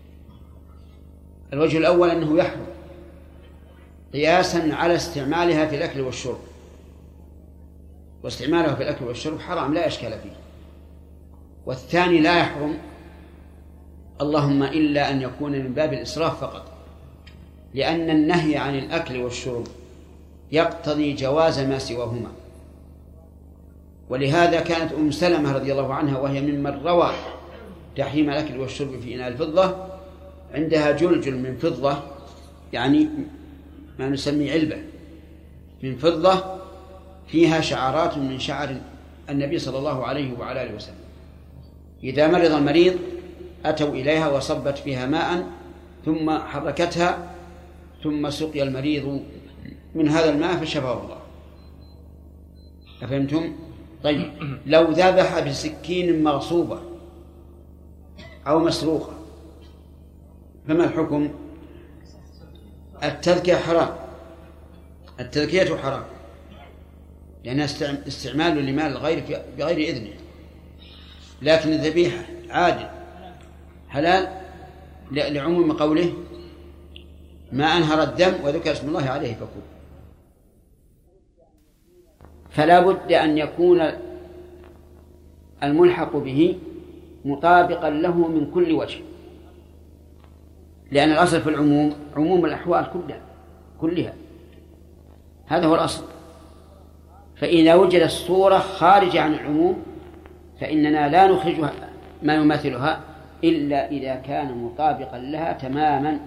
الوجه الأول أنه يحرم قياسا على استعمالها في الأكل والشرب، واستعمالها في الأكل والشرب حرام لا إشكال فيه. والثاني لا يحرم اللهم إلا أن يكون من باب الإسراف فقط، لأن النهي عن الأكل والشرب يقتضي جواز ما سواهما. ولهذا كانت أم سلمة رضي الله عنها وهي ممن روى تحريم الأكل والشرب في إناء الفضة عندها جلجل من فضة، يعني ما نسمي علبة من فضة فيها شعرات من شعر النبي صلى الله عليه وعلى آله وسلم. إذا مرض المريض أتوا إليها وصبت فيها ماء ثم حركتها ثم سقي المريض من هذا الماء فشفاه الله. أفهمتم؟ طيب لو ذبح بسكين مغصوبة أو مسروقة فما الحكم؟ التذكية حرام، التذكية حرام لأنها استعمال لمال الغير بغير إذنه، لكن الذبيحة عادل حلال لعموم قوله ما أنهر الدم وذكر اسم الله عليه فكل. فلا بد أن يكون الملحق به مطابقا له من كل وجه، لأن الأصل في العموم عموم الأحوال كلها كلها هذا هو الأصل. فإذا وجد الصورة خارجة عن العموم فإننا لا نخرجها ما يماثلها إلا إذا كان مطابقا لها تماما.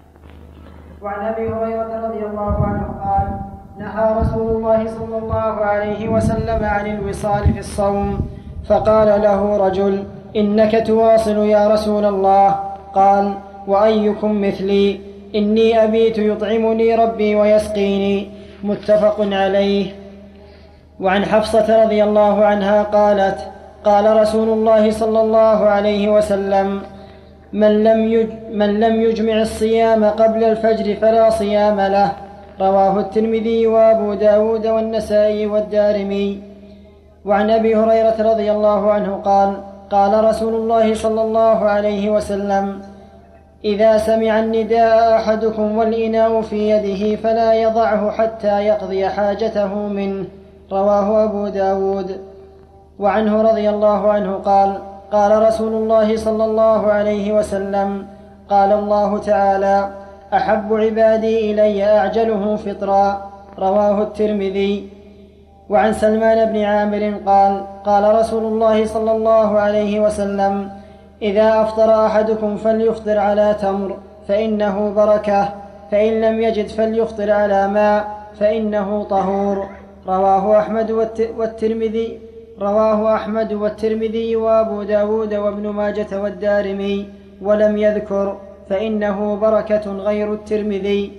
وعن أبي هريرة رضي الله عنه قال نهى رسول الله صلى الله عليه وسلم عن الوصال في الصوم، فقال له رجل إنك تواصل يا رسول الله؟ قال وأيكم مثلي؟ إني أبيت يطعمني ربي ويسقيني. متفق عليه. وعن حفصة رضي الله عنها قالت قال رسول الله صلى الله عليه وسلم من لم, يج من لم يجمع الصيام قبل الفجر فلا صيام له. رواه الترمذي وأبو داود والنسائي والدارمي. وعن أبي هريرة رضي الله عنه قال قال رسول الله صلى الله عليه وسلم إذا سمع النداء أحدكم والإناء في يده فلا يضعه حتى يقضي حاجته منه. رواه أبو داود. وعنه رضي الله عنه قال قال رسول الله صلى الله عليه وسلم قال الله تعالى أحب عبادي إلي أعجله فطرا. رواه الترمذي. وعن سلمان بن عامر قال قال رسول الله صلى الله عليه وسلم إذا أفطر أحدكم فليفطر على تمر فإنه بركة، فإن لم يجد فليفطر على ماء فإنه طهور. رواه أحمد والترمذي رواه أحمد والترمذي وأبو داود وابن ماجة والدارمي، ولم يذكر فإنه بركة غير الترمذي.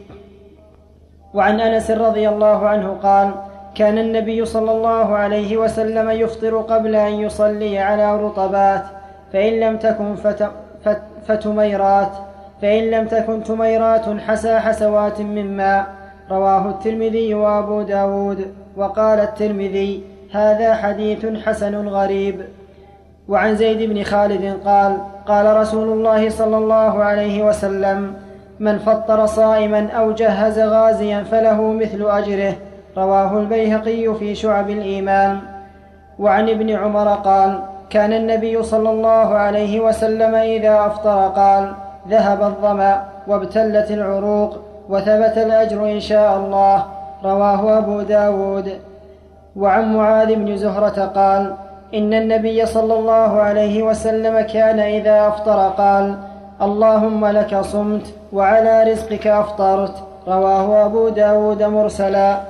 وعن أنس رضي الله عنه قال كان النبي صلى الله عليه وسلم يفطر قبل أن يصلي على رطبات، فإن لم تكن فت... فت... فتميرات فإن لم تكن تميرات حسى حسوات من ماء. رواه الترمذي وأبو داود. وقال الترمذي هذا حديث حسن غريب. وعن زيد بن خالد قال قال رسول الله صلى الله عليه وسلم من فطر صائما أو جهز غازيا فله مثل أجره. رواه البيهقي في شعب الإيمان. وعن ابن عمر قال كان النبي صلى الله عليه وسلم إذا أفطر قال: ذهب الظمأ وابتلت العروق وثبت الأجر إن شاء الله. رواه أبو داود. وعن معاذ بن زهرة قال: إن النبي صلى الله عليه وسلم كان إذا أفطر قال: اللهم لك صمت وعلى رزقك أفطرت. رواه أبو داود مرسلا.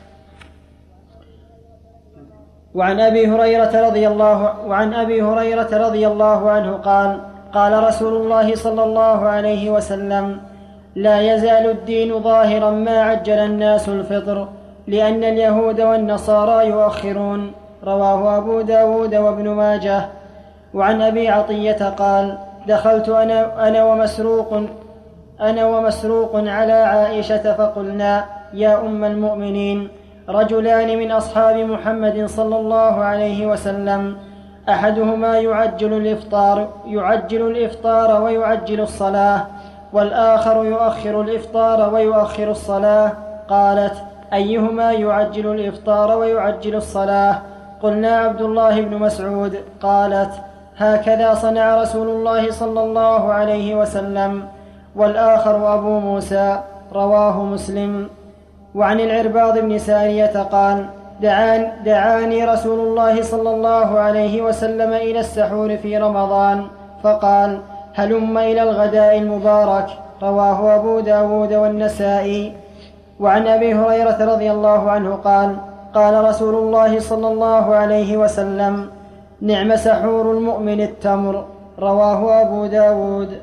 وعن أبي هريرة رضي الله وعن أبي هريرة رضي الله عنه قال: قال رسول الله صلى الله عليه وسلم: لا يزال الدين ظاهرا ما عجل الناس الفطر، لأن اليهود والنصارى يؤخرون. رواه أبو داود وابن ماجه. وعن أبي عطية قال: دخلت أنا, أنا ومسروق أنا ومسروق على عائشة فقلنا: يا أم المؤمنين، رجلان من أصحاب محمد صلى الله عليه وسلم، أحدهما يعجل الإفطار يعجل الإفطار ويعجل الصلاة، والآخر يؤخر الإفطار ويؤخر الصلاة. قالت: أيهما يعجل الإفطار ويعجل الصلاة؟ قلنا: عبد الله بن مسعود. قالت: هكذا صنع رسول الله صلى الله عليه وسلم. والآخر أبو موسى. رواه مسلم. وعن العرباض بن سارية قال: دعان دعاني رسول الله صلى الله عليه وسلم إلى السحور في رمضان فقال: هلم إلى الغداء المبارك. رواه أبو داود والنسائي. وعن أبي هريرة رضي الله عنه قال: قال رسول الله صلى الله عليه وسلم: نعم سحور المؤمن التمر. رواه أبو داود.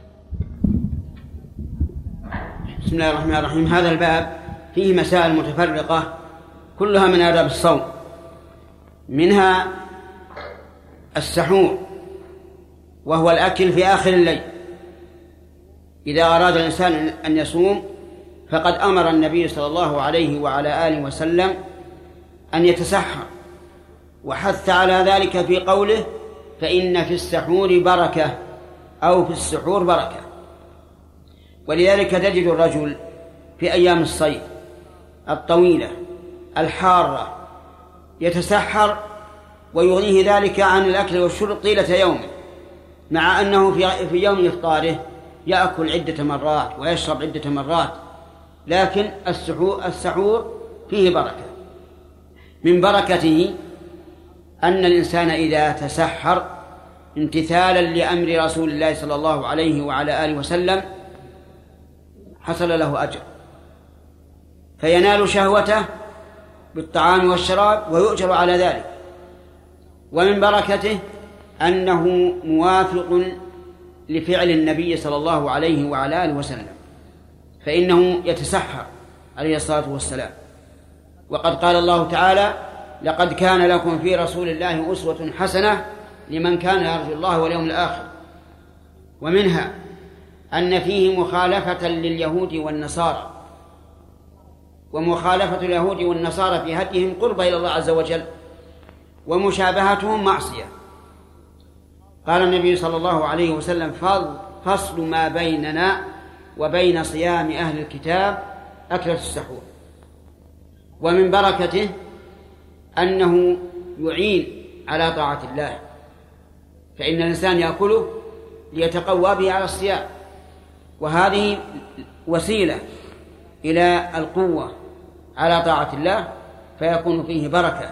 بسم الله الرحمن الرحيم. هذا الباب فيه مسائل متفرقة كلها من آداب الصوم، منها السحور وهو الأكل في آخر الليل. إذا أراد الإنسان أن يصوم فقد أمر النبي صلى الله عليه وعلى آله وسلم أن يتسحر، وحث على ذلك في قوله: فإن في السحور بركة، أو في السحور بركة. ولذلك تجد الرجل في أيام الصيف الطويلة الحارة يتسحر ويغنيه ذلك عن الأكل والشرب طيلة يومه، مع أنه في يوم إفطاره يأكل عدة مرات ويشرب عدة مرات، لكن السحور فيه بركة. من بركته أن الإنسان إذا تسحر امتثالا لأمر رسول الله صلى الله عليه وعلى آله وسلم حصل له أجر، فينال شهوته بالطعام والشراب ويؤجر على ذلك. ومن بركته أنه موافق لفعل النبي صلى الله عليه وعلى آله وسلم، فإنه يتسحر عليه الصلاة والسلام. وقد قال الله تعالى: لقد كان لكم في رسول الله أسوة حسنة لمن كان يرجو الله واليوم الآخر. ومنها أن فيه مخالفة لليهود والنصارى، ومخالفة اليهود والنصارى في هديهم قرب إلى الله عز وجل، ومشابهتهم معصية. قال النبي صلى الله عليه وسلم: فصل ما بيننا وبين صيام أهل الكتاب أكلة السحور. ومن بركته أنه يعين على طاعة الله، فإن الإنسان يأكله ليتقوى به على الصيام، وهذه وسيلة إلى القوة على طاعة الله، فيكون فيه بركة.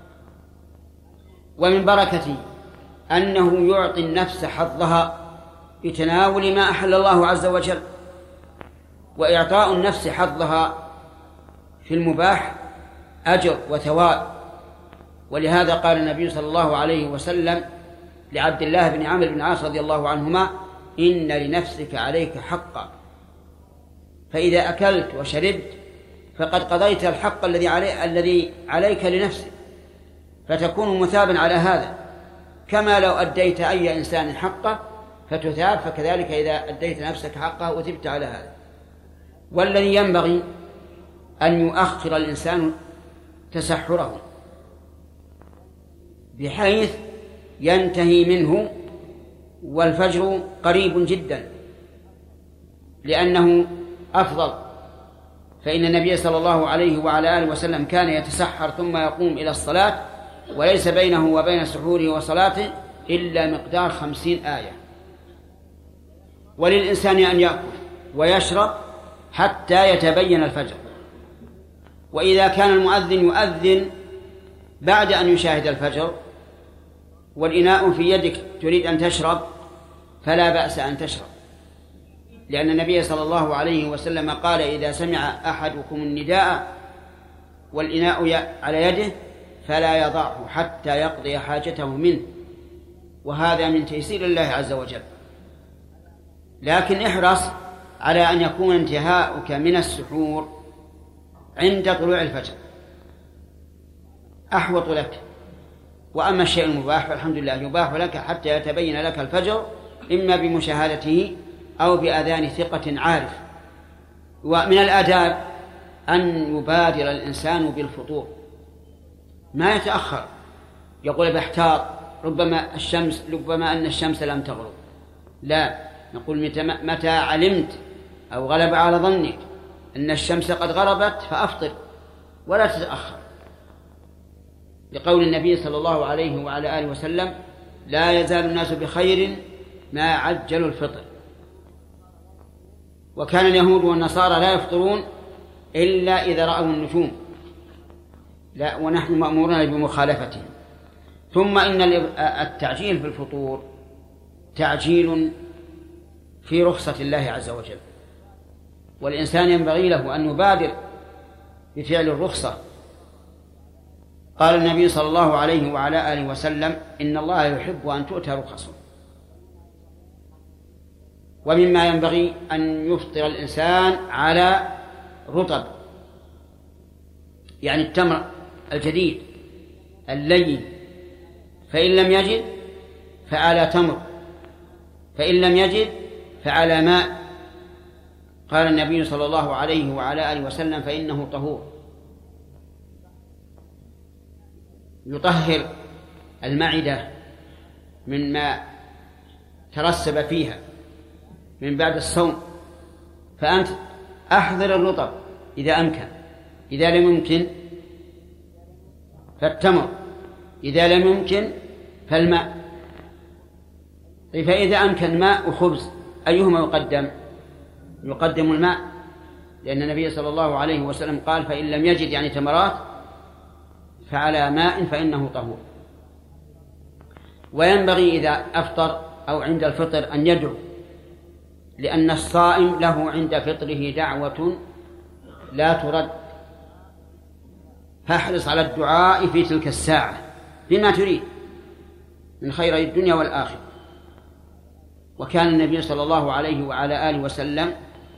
ومن بركته أنه يعطي النفس حظها بتناول ما أحل الله عز وجل، وإعطاء النفس حظها في المباح أجر وثواب. ولهذا قال النبي صلى الله عليه وسلم لعبد الله بن عمرو بن العاص رضي الله عنهما: إن لنفسك عليك حقا، فإذا أكلت وشربت فقد قضيت الحق الذي علي الذي عليك لنفسك، فتكون مثابا على هذا، كما لو أديت أي إنسان حقه فتثاب، فكذلك إذا أديت نفسك حقه وثبت على هذا. والذي ينبغي أن يؤخر الإنسان تسحره بحيث ينتهي منه والفجر قريب جدا، لأنه أفضل. فإن النبي صلى الله عليه وعلى آله وسلم كان يتسحر ثم يقوم إلى الصلاة، وليس بينه وبين سحوره وصلاته إلا مقدار خمسين آية. وللإنسان أن يأكل ويشرب حتى يتبين الفجر. وإذا كان المؤذن يؤذن بعد أن يشاهد الفجر والإناء في يدك تريد أن تشرب فلا بأس أن تشرب، لأن النبي صلى الله عليه وسلم قال: إذا سمع أحدكم النداء والإناء على يده فلا يضعه حتى يقضي حاجته منه، وهذا من تيسير الله عز وجل. لكن احرص على أن يكون انتهاؤك من السحور عند طلوع الفجر أحوط لك. وأما الشيء المباح فالحمد لله يباح لك حتى يتبين لك الفجر، إما بمشاهدته أو بأذان ثقة عارف. ومن الآداب أن يبادر الإنسان بالفطور، ما يتأخر يقول بحتاط ربما الشمس ربما أن الشمس لم تغرب، لا، نقول متى علمت أو غلب على ظنك أن الشمس قد غربت فأفطر ولا تتأخر، لقول النبي صلى الله عليه وعلى آله وسلم: لا يزال الناس بخير ما عجلوا الفطر. وكان اليهود والنصارى لا يفطرون إلا إذا رأوا النجوم، لا، ونحن مأمورون بمخالفتهم. ثم إن التعجيل في الفطور تعجيل في رخصة الله عز وجل، والإنسان ينبغي له أن يبادر بفعل الرخصة. قال النبي صلى الله عليه وعلى آله وسلم: إن الله يحب أن تؤتى رخصه. ومما ينبغي أن يفطر الإنسان على رطب، يعني التمر الجديد اللين، فإن لم يجد فعلى تمر، فإن لم يجد فعلى ماء. قال النبي صلى الله عليه وعلى آله وسلم: فإنه طهور، يطهر المعدة مما ترسب فيها من بعد الصوم. فأنت أحضر الرطب إذا أمكن، إذا لم يمكن فالتمر، إذا لم يمكن فالماء. فإذا أمكن ماء وخبز أيهما يقدم؟ يقدم الماء، لأن النبي صلى الله عليه وسلم قال: فإن لم يجد يعني تمرات فعلى ماء فإنه طهور. وينبغي إذا أفطر أو عند الفطر أن يدعو، لأن الصائم له عند فطره دعوة لا ترد، فاحرص على الدعاء في تلك الساعة بما تريد من خير الدنيا والآخرة. وكان النبي صلى الله عليه وعلى آله وسلم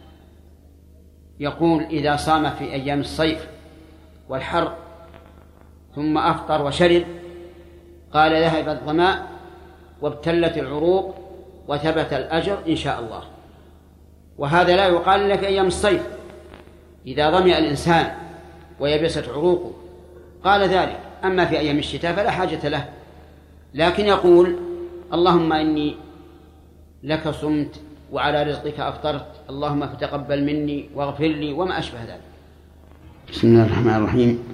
يقول: إذا صام في أيام الصيف والحر ثم أفطر وشرب قال: ذهب الظماء وابتلت العروق وثبت الأجر إن شاء الله. وهذا لا يقال إلا في أيام الصيف، إذا ظمئ الإنسان ويبست عروقه قال ذلك. أما في أيام الشتاء فلا حاجة له، لكن يقول: اللهم إني لك صمت وعلى رزقك أفطرت، اللهم فتقبل مني واغفر لي، وما أشبه ذلك. بسم الله الرحمن الرحيم.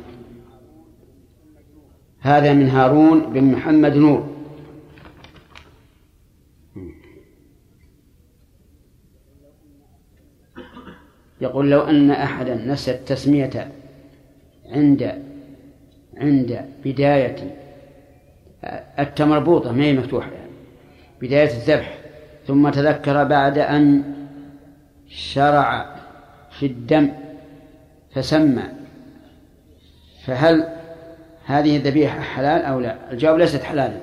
هذا من هارون بن محمد نور. يقول: لو أن أحدا نسى التسمية عند عند بداية التمربوطة ما هي مفتوحة، بداية الذبح، ثم تذكر بعد أن شرع في الدم فسمى، فهل هذه الذبيحة حلال أو لا؟ الجواب: ليست حلالا،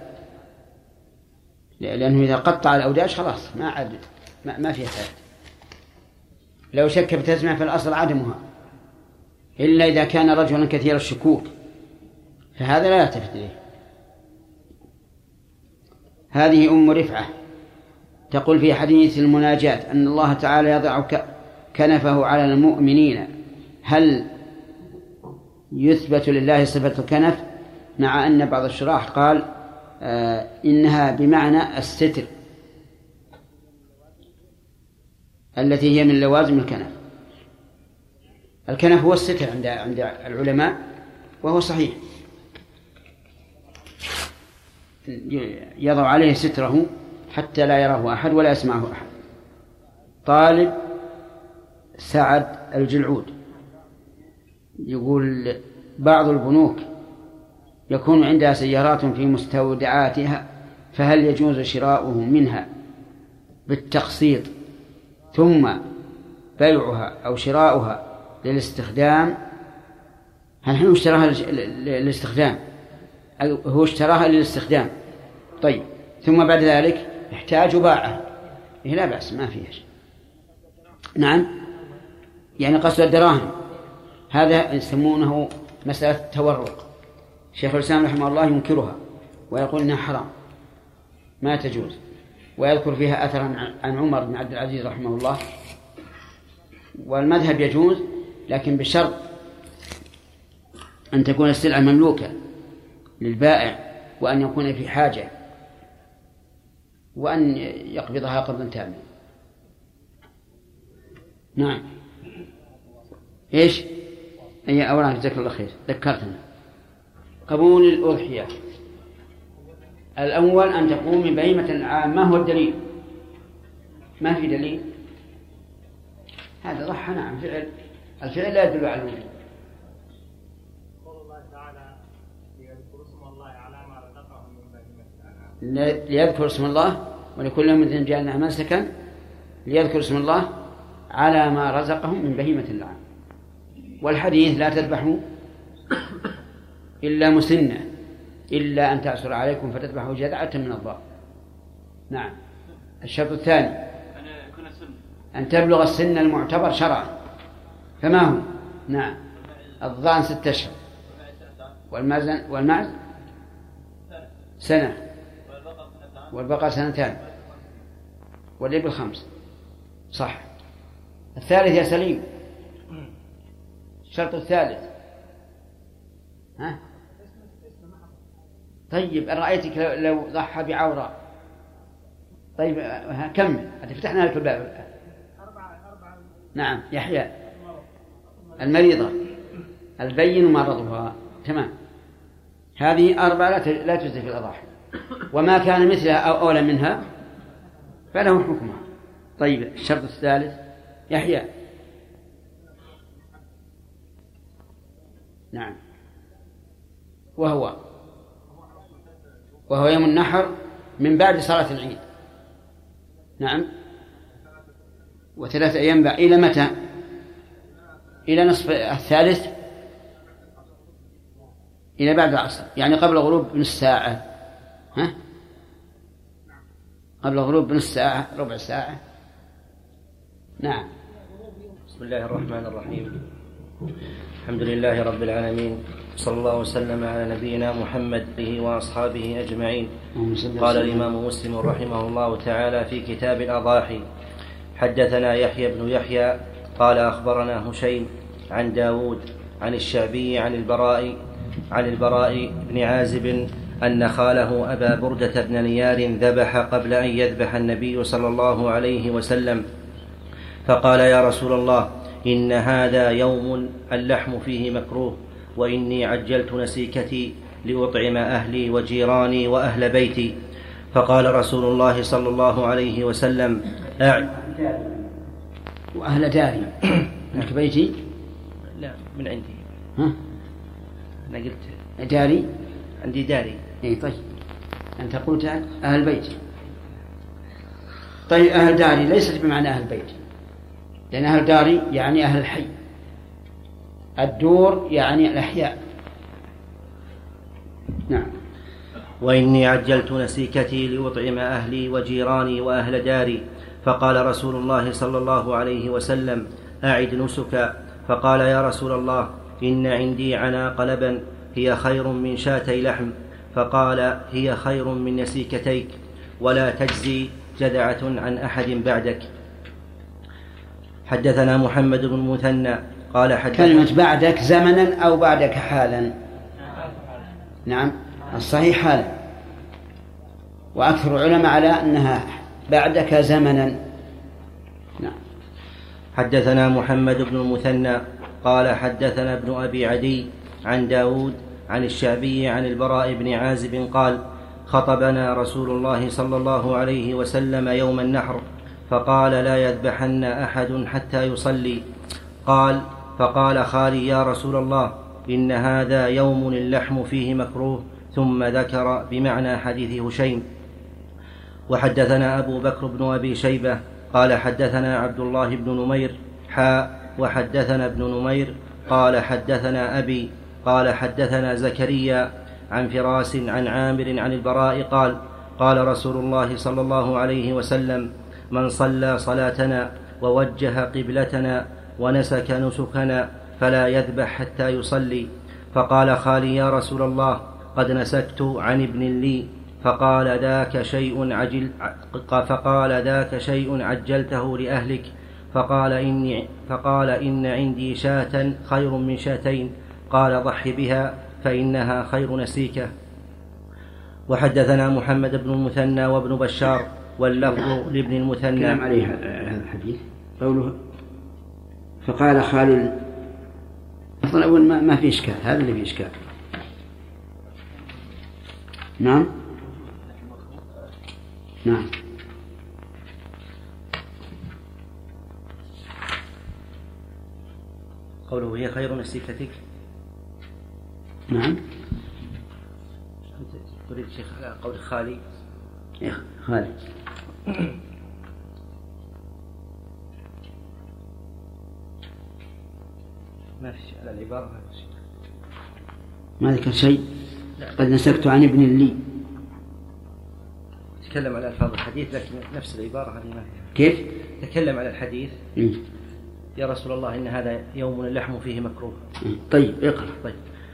لأنه إذا قطع الأوداج خلاص ما عاد ما, ما فيها حياة. لو شك بتسمية فالأصل عدمها، إلا إذا كان رجلا كثير الشكوك فهذا لا يلتفت إليه. هذه أم رفعة تقول في حديث المناجاة أن الله تعالى يضع كنفه على المؤمنين، هل يثبت لله صفة الكنف؟ مع أن بعض الشراح قال آه إنها بمعنى الستر التي هي من لوازم الكنف. الكنف هو الستر عند عند العلماء، وهو صحيح. يضع عليه ستره حتى لا يراه أحد ولا يسمعه أحد. طالب سعد الجلعود يقول بعض البنوك يكون عندها سيارات في مستودعاتها، فهل يجوز شراؤه منها بالتقسيط ثم بيعها أو شراؤها للاستخدام؟ هل هو اشتراها للاستخدام أو هو اشتراها للاستخدام طيب ثم بعد ذلك يحتاج باعه؟ إيه لا بأس، ما فيه شيء. نعم، يعني قصد الدراهم، هذا يسمونه مسألة التورق. شيخ الإسلام رحمه الله ينكرها ويقول إنها حرام ما تجوز، ويذكر فيها أثرا عن عمر بن عبد العزيز رحمه الله. والمذهب يجوز لكن بشرط أن تكون السلعة مملوكة للبائع، وأن يكون في حاجة، وأن يقبضها قبضا تاما. نعم. إيش؟ أي أولا جزاك الله خير ذكرتنا. قبول الأضحية الأول أن تقوم ببهيمة العام. ما هو الدليل؟ ما في دليل. هذا ضحى. نعم، فعل الفعل لا يدل على الوجوب. قول الله تعالى ليذكر اسم الله على ما رزقهم من بهيمة الأنعام. ليذكر اسم الله ولكل أمة جعلنا منسكا ليذكر اسم الله على ما رزقهم من بهيمة الأنعام. والحديث لا تذبحوا إلا مسنة إلا أن تعسر عليكم فتذبحوا جذعة من الضأن. نعم. الشرط الثاني أن تبلغ السن المعتبر شرعا. فما هو؟ نعم، الضأن ستة أشهر، والمعز والمعز سنة، والبقر سنتان، والإبل خمس. صح. الثالث يا سليم، الشرط الثالث. ها؟ طيب رأيتك لو ضحى بعورة. طيب كمل، هتفتحنا لك الباب. نعم. يحيى المريضة البين مرضها. تمام. هذه أربعة لا تجزي في الأضاحي، وما كان مثلها أو أولى منها فله حكمها. طيب الشرط الثالث يحيى. نعم. وهو وهو يوم النحر من بعد صلاة العيد. نعم. وثلاثة أيام بعد. إلى متى؟ إلى نصف الثالث، إلى بعد العصر، يعني قبل غروب نصف ساعة. ها؟ قبل غروب نصف ساعة، ربع ساعة. نعم. بسم الله الرحمن الرحيم. الحمد لله رب العالمين، صلى الله وسلم على نبينا محمد وأصحابه أجمعين. قال الإمام مسلم رحمه الله تعالى في كتاب الأضاحي: حدثنا يحيى بن يحيى قال أخبرنا هشيم عن داود عن الشعبي عن البراء عن البراء بن عازب أن خاله أبا بردة بن نيار ذبح قبل أن يذبح النبي صلى الله عليه وسلم، فقال: يا رسول الله، إن هذا يوم اللحم فيه مكروه، وإني عجلت نسيكتي لأطعم أهلي وجيراني وأهل بيتي. فقال رسول الله صلى الله عليه وسلم: أعد وأهل داري. لك بيتي؟ لا، من عندي. ها؟ أنا قلت داري؟ عندي داري. إيه طيب، أنت قلت أهل بيتي. طيب أهل داري ليست بمعنى أهل بيتي، لأن أهل داري يعني أهل الحي، الدور يعني الأحياء. نعم. وإني عجلت نسيكتي لأطعم أهلي وجيراني وأهل داري. فقال رسول الله صلى الله عليه وسلم: أعد نسكا. فقال: يا رسول الله، إن عندي عناق لبن هي خير من شاتي لحم. فقال: هي خير من نسيكتيك، ولا تجزي جذعة عن أحد بعدك. حدثنا محمد بن المثنى قال حدثنا. كلمة بعدك زمنا أو بعدك حالا؟ نعم، الصحيح حالا، وأكثر العلماء على أنها بعدك زمنا. نعم. حدثنا محمد بن المثنى قال حدثنا ابن أبي عدي عن داود عن الشعبي عن البراء بن عازب قال: خطبنا رسول الله صلى الله عليه وسلم يوم النحر فقال لا يذبحن أحد حتى يصلي. قال فقال خالي يا رسول الله إن هذا يوم اللحم فيه مكروه، ثم ذكر بمعنى حديث هشيم. وحدثنا أبو بكر بن أبي شيبة قال حدثنا عبد الله بن نمير حاء وحدثنا ابن نمير قال حدثنا أبي قال حدثنا زكريا عن فراس عن عامر عن البراء قال قال رسول الله صلى الله عليه وسلم من صلى صلاتنا ووجه قبلتنا ونسك نسكنا فلا يذبح حتى يصلي. فقال خالي يا رسول الله قد نسكت عن ابن لي، فقال ذاك شيء عجل فقال ذاك شيء عجلته لأهلك. فقال إني فقال إن عندي شاة خير من شاتين، قال ضح بها فإنها خير نسيكة. وحدثنا محمد بن المثنى وابن بشار واللفظ لابن المثنى. كلام عليه هذا الحديث قوله فقال خالد أصلا أول ما, ما في إشكال، هذا اللي في إشكال. نعم نعم قوله هي خير نسيكتك. نعم تريد شيخ على قول خالي يا خالي ما في على العبارة ما ذكر شيء. قد نسكت عن ابن لي، تكلم على ألفاظ الحديث لكن نفس العبارة هذه ما كيف تكلم على الحديث م. يا رسول الله إن هذا يوم اللحم فيه مكروه. طيب اقرأ. طيب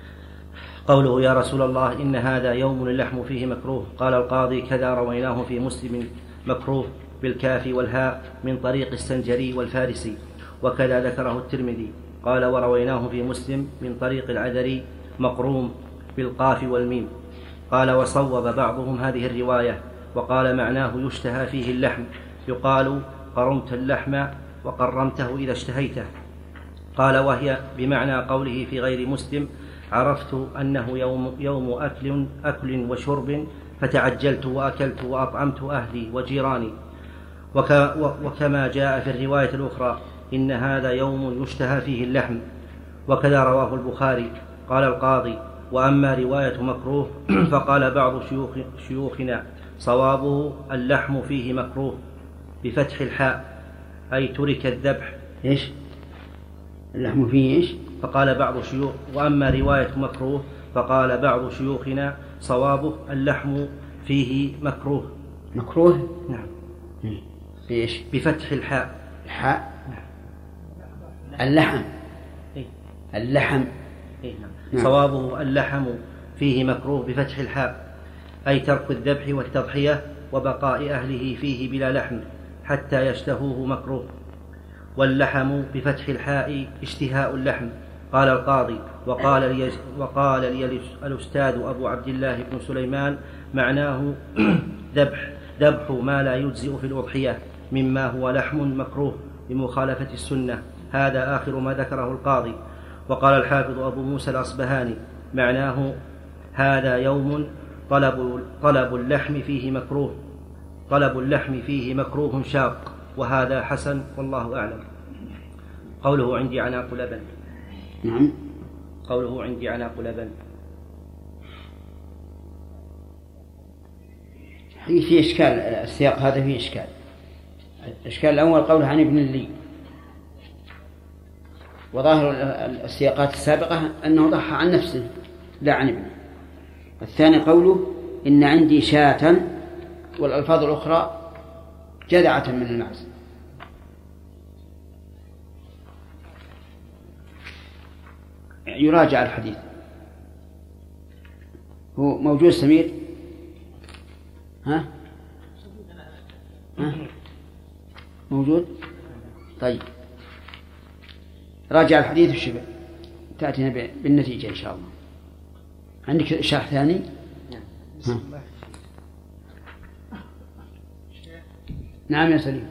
قوله يا رسول الله إن هذا يوم اللحم فيه مكروه. قال القاضي كذا رويناه في مسلم مكروه بالكاف والهاء من طريق السنجري والفارسي، وكذا ذكره الترمذي. قال ورويناه في مسلم من طريق العذري مقروم بالقاف والميم. قال وصوب بعضهم هذه الرواية وقال معناه يشتهى فيه اللحم، يقال قرمت اللحم وقرمته إذا اشتهيته. قال وهي بمعنى قوله في غير مسلم عرفت أنه يوم, يوم أكل, أكل وشرب فتعجلت وأكلت وأطعمت أهلي وجيراني. وك وكما جاء في الرواية الأخرى إن هذا يوم يشتهى فيه اللحم، وكذا رواه البخاري. قال القاضي وأما رواية مكروه فقال بعض شيوخ شيوخنا صوابه اللحم فيه مكروه بفتح الحاء أي ترك الذبح. إيش اللحم فيه إيش؟ فقال بعض شيوخ وأما رواية مكروه فقال بعض شيوخنا صوابه اللحم فيه مكروه. مكروه نعم إيش؟ بفتح الحاء. الحاء اللحم إيه؟ اللحم إيه نعم. صوابه اللحم فيه مكروه بفتح الحاء أي ترك الذبح والتضحية وبقاء أهله فيه بلا لحم حتى يشتهوه مكروه. واللحم بفتح الحاء اشتهاء اللحم. قال القاضي وقال لي, وقال لي الأستاذ أبو عبد الله بن سليمان معناه ذبح ذبح ما لا يجزئ في الأضحية مما هو لحم مكروه بمخالفة السنة. هذا آخر ما ذكره القاضي. وقال الحافظ أبو موسى الأصبهاني معناه هذا يوم طلب, طلب اللحم فيه مكروه طلب اللحم فيه مكروه شاق، وهذا حسن والله أعلم. قوله عندي عناق لبن. نعم قوله عندي عناق لبن في إشكال. السياق هذا فيه إشكال. الإشكال الأول قوله عن ابن لي، وظاهر السياقات السابقة أنه ضحى عن نفسه لا عن ابنه. الثاني قوله إن عندي شاة، والألفاظ الأخرى جذعة من المعز. يراجع الحديث. هو موجود سمير؟ ها؟ ها؟ موجود؟ طيب راجع الحديث الشبه تأتينا بالنتيجة إن شاء الله. عندك شرح ثاني؟ ها. نعم يا سليم.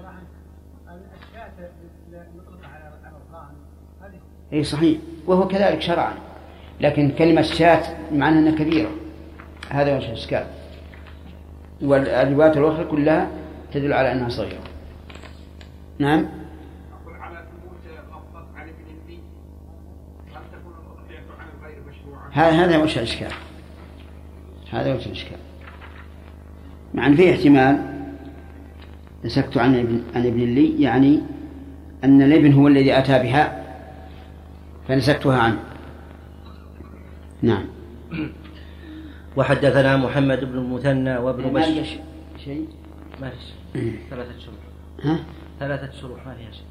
اي صحيح، وهو كذلك شرعا، لكن كلمة شاة معناها أنها كبيرة، هذا وجه الإشكال. والروايات الأخرى كلها تدل على أنها صغيرة. نعم. أقول على ثبوت الأفضل عن ابن النبي هل تكون الأضحية عن الغير مشروعة؟ هذا وش الإشكال؟ هذا وش الإشكال؟ مع أن فيه احتمال نسكت عن ابن عن ابن لي، يعني أن الابن هو الذي أتى بها فنسكتها عنه. نعم. وحدثنا محمد بن المثنى وابن بشر شيء ما فيش ثلاثة شروح ها ثلاثة شروح ما فيها شيء.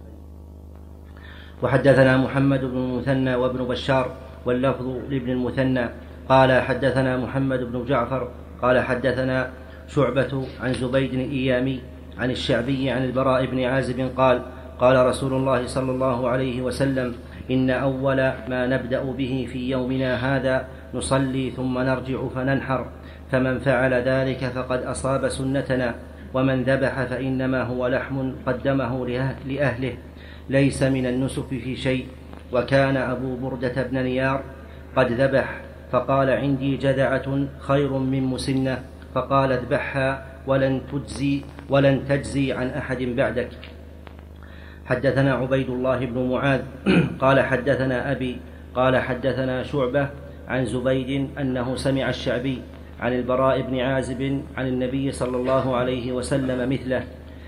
وحدثنا محمد بن المثنى وابن بشار واللفظ لابن المثنى قال حدثنا محمد بن جعفر قال حدثنا شعبة عن زبيد الإيامي عن الشعبي عن البراء بن عازب قال قال رسول الله صلى الله عليه وسلم إن أول ما نبدأ به في يومنا هذا نصلي ثم نرجع فننحر، فمن فعل ذلك فقد أصاب سنتنا، ومن ذبح فإنما هو لحم قدمه لأهله ليس من النسك في شيء. وكان أبو بردة بن نيار قد ذبح فقال عندي جذعة خير من مسنة، فقال اذبحها ولن تجزي ولن تجزي عن أحد بعدك. حدثنا عبيد الله بن معاذ قال حدثنا أبي قال حدثنا شعبة عن زبيد أنه سمع الشعبي عن البراء بن عازب عن النبي صلى الله عليه وسلم مثله.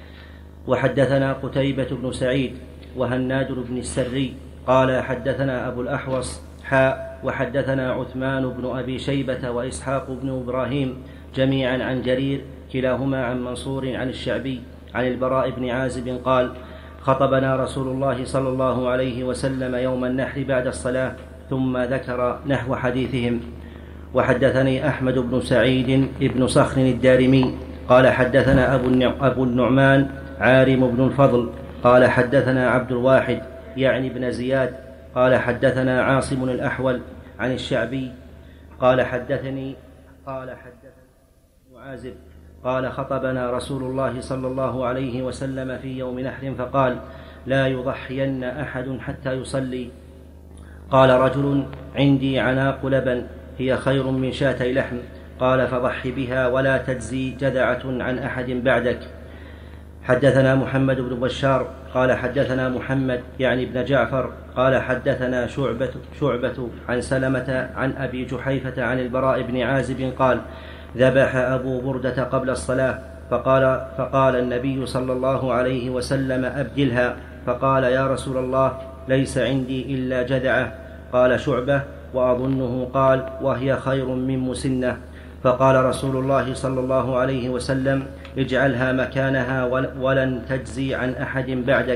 وحدثنا قتيبة بن سعيد وهناد بن السري قال حدثنا أبو الأحوص حاء وحدثنا عثمان بن أبي شيبة وإسحاق بن إبراهيم جميعا عن جرير كلاهما عن منصور عن الشعبي عن البراء بن عازب قال خطبنا رسول الله صلى الله عليه وسلم يوم النحر بعد الصلاة ثم ذكر نحو حديثهم. وحدثني أحمد بن سعيد بن صخر الدارمي قال حدثنا أبو النعمان عارم بن الفضل قال حدثنا عبد الواحد يعني بن زياد قال حدثنا عاصم الأحول عن الشعبي قال حدثني قال حدثني معازب قال خطبنا رسول الله صلى الله عليه وسلم في يوم نحر فقال لا يضحين أحد حتى يصلي. قال رجل عندي عناق لبن هي خير من شاتي لحم، قال فضح بها ولا تجزي جذعة عن أحد بعدك. حدثنا محمد بن بشار قال حدثنا محمد يعني ابن جعفر قال حدثنا شعبة, شعبة عن سلمة عن أبي جحيفة عن البراء بن عازب قال ذبح أبو بردة قبل الصلاة فقال, فقال النبي صلى الله عليه وسلم أبدلها، فقال يا رسول الله ليس عندي إلا جذعة. قال شعبة وأظنه قال وهي خير من مسنة. فقال رسول الله صلى الله عليه وسلم اجعلها مكانها ولن تجزي عن أحد بعدك.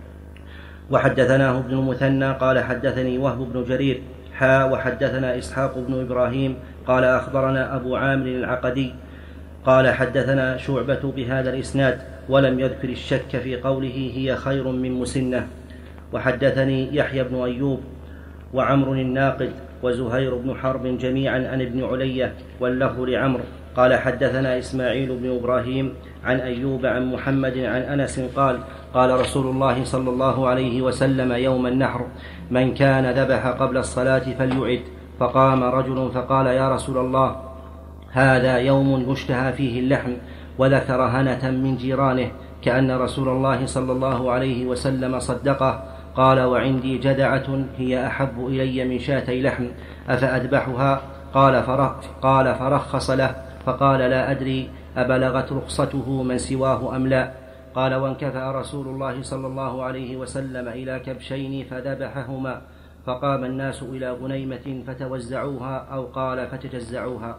وحدثناه ابن المثنى قال حدثني وهب بن جرير حا وحدثنا إسحاق بن إبراهيم قال أخبرنا أبو عامر العقدي قال حدثنا شعبة بهذا الإسناد ولم يذكر الشك في قوله هي خير من مسنة. وحدثني يحيى بن أيوب وعمر الناقد وزهير بن حرب جميعا عن ابن علية واللفظ لعمرو قال حدثنا إسماعيل بن إبراهيم عن أيوب عن محمد عن أنس قال قال رسول الله صلى الله عليه وسلم يوم النحر من كان ذبح قبل الصلاة فليعد. فقام رجل فقال يا رسول الله هذا يوم يشتهى فيه اللحم، وذكر هنة من جيرانه كأن رسول الله صلى الله عليه وسلم صدقه. قال وعندي جذعة هي أحب إلي من شاتي لحم أفأذبحها؟ قال, فرخ قال فرخص له فقال لا أدري أبلغت رخصته من سواه أم لا. قال وانكفأ رسول الله صلى الله عليه وسلم إلى كبشين فذبحهما، فقام الناس إلى غنيمة فتوزعوها أو قال فتجزعوها.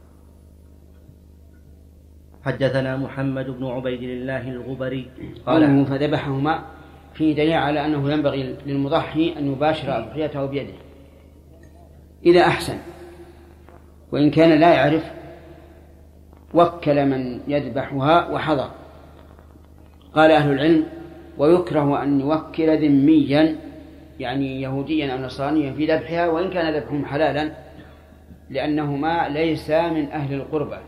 حدثنا محمد بن عبيد الله الغبري قال فذبحهما في دليل على أنه ينبغي للمضحي أن يباشر أضحيته بيده إذا أحسن، وإن كان لا يعرف وكل من يذبحها وحضر. قال أهل العلم ويكره أن يوكل ذميا يعني يهوديا أو نصرانيا في ذبحها وإن كان ذبحهم حلالا، لأنهما ليس من أهل القربة.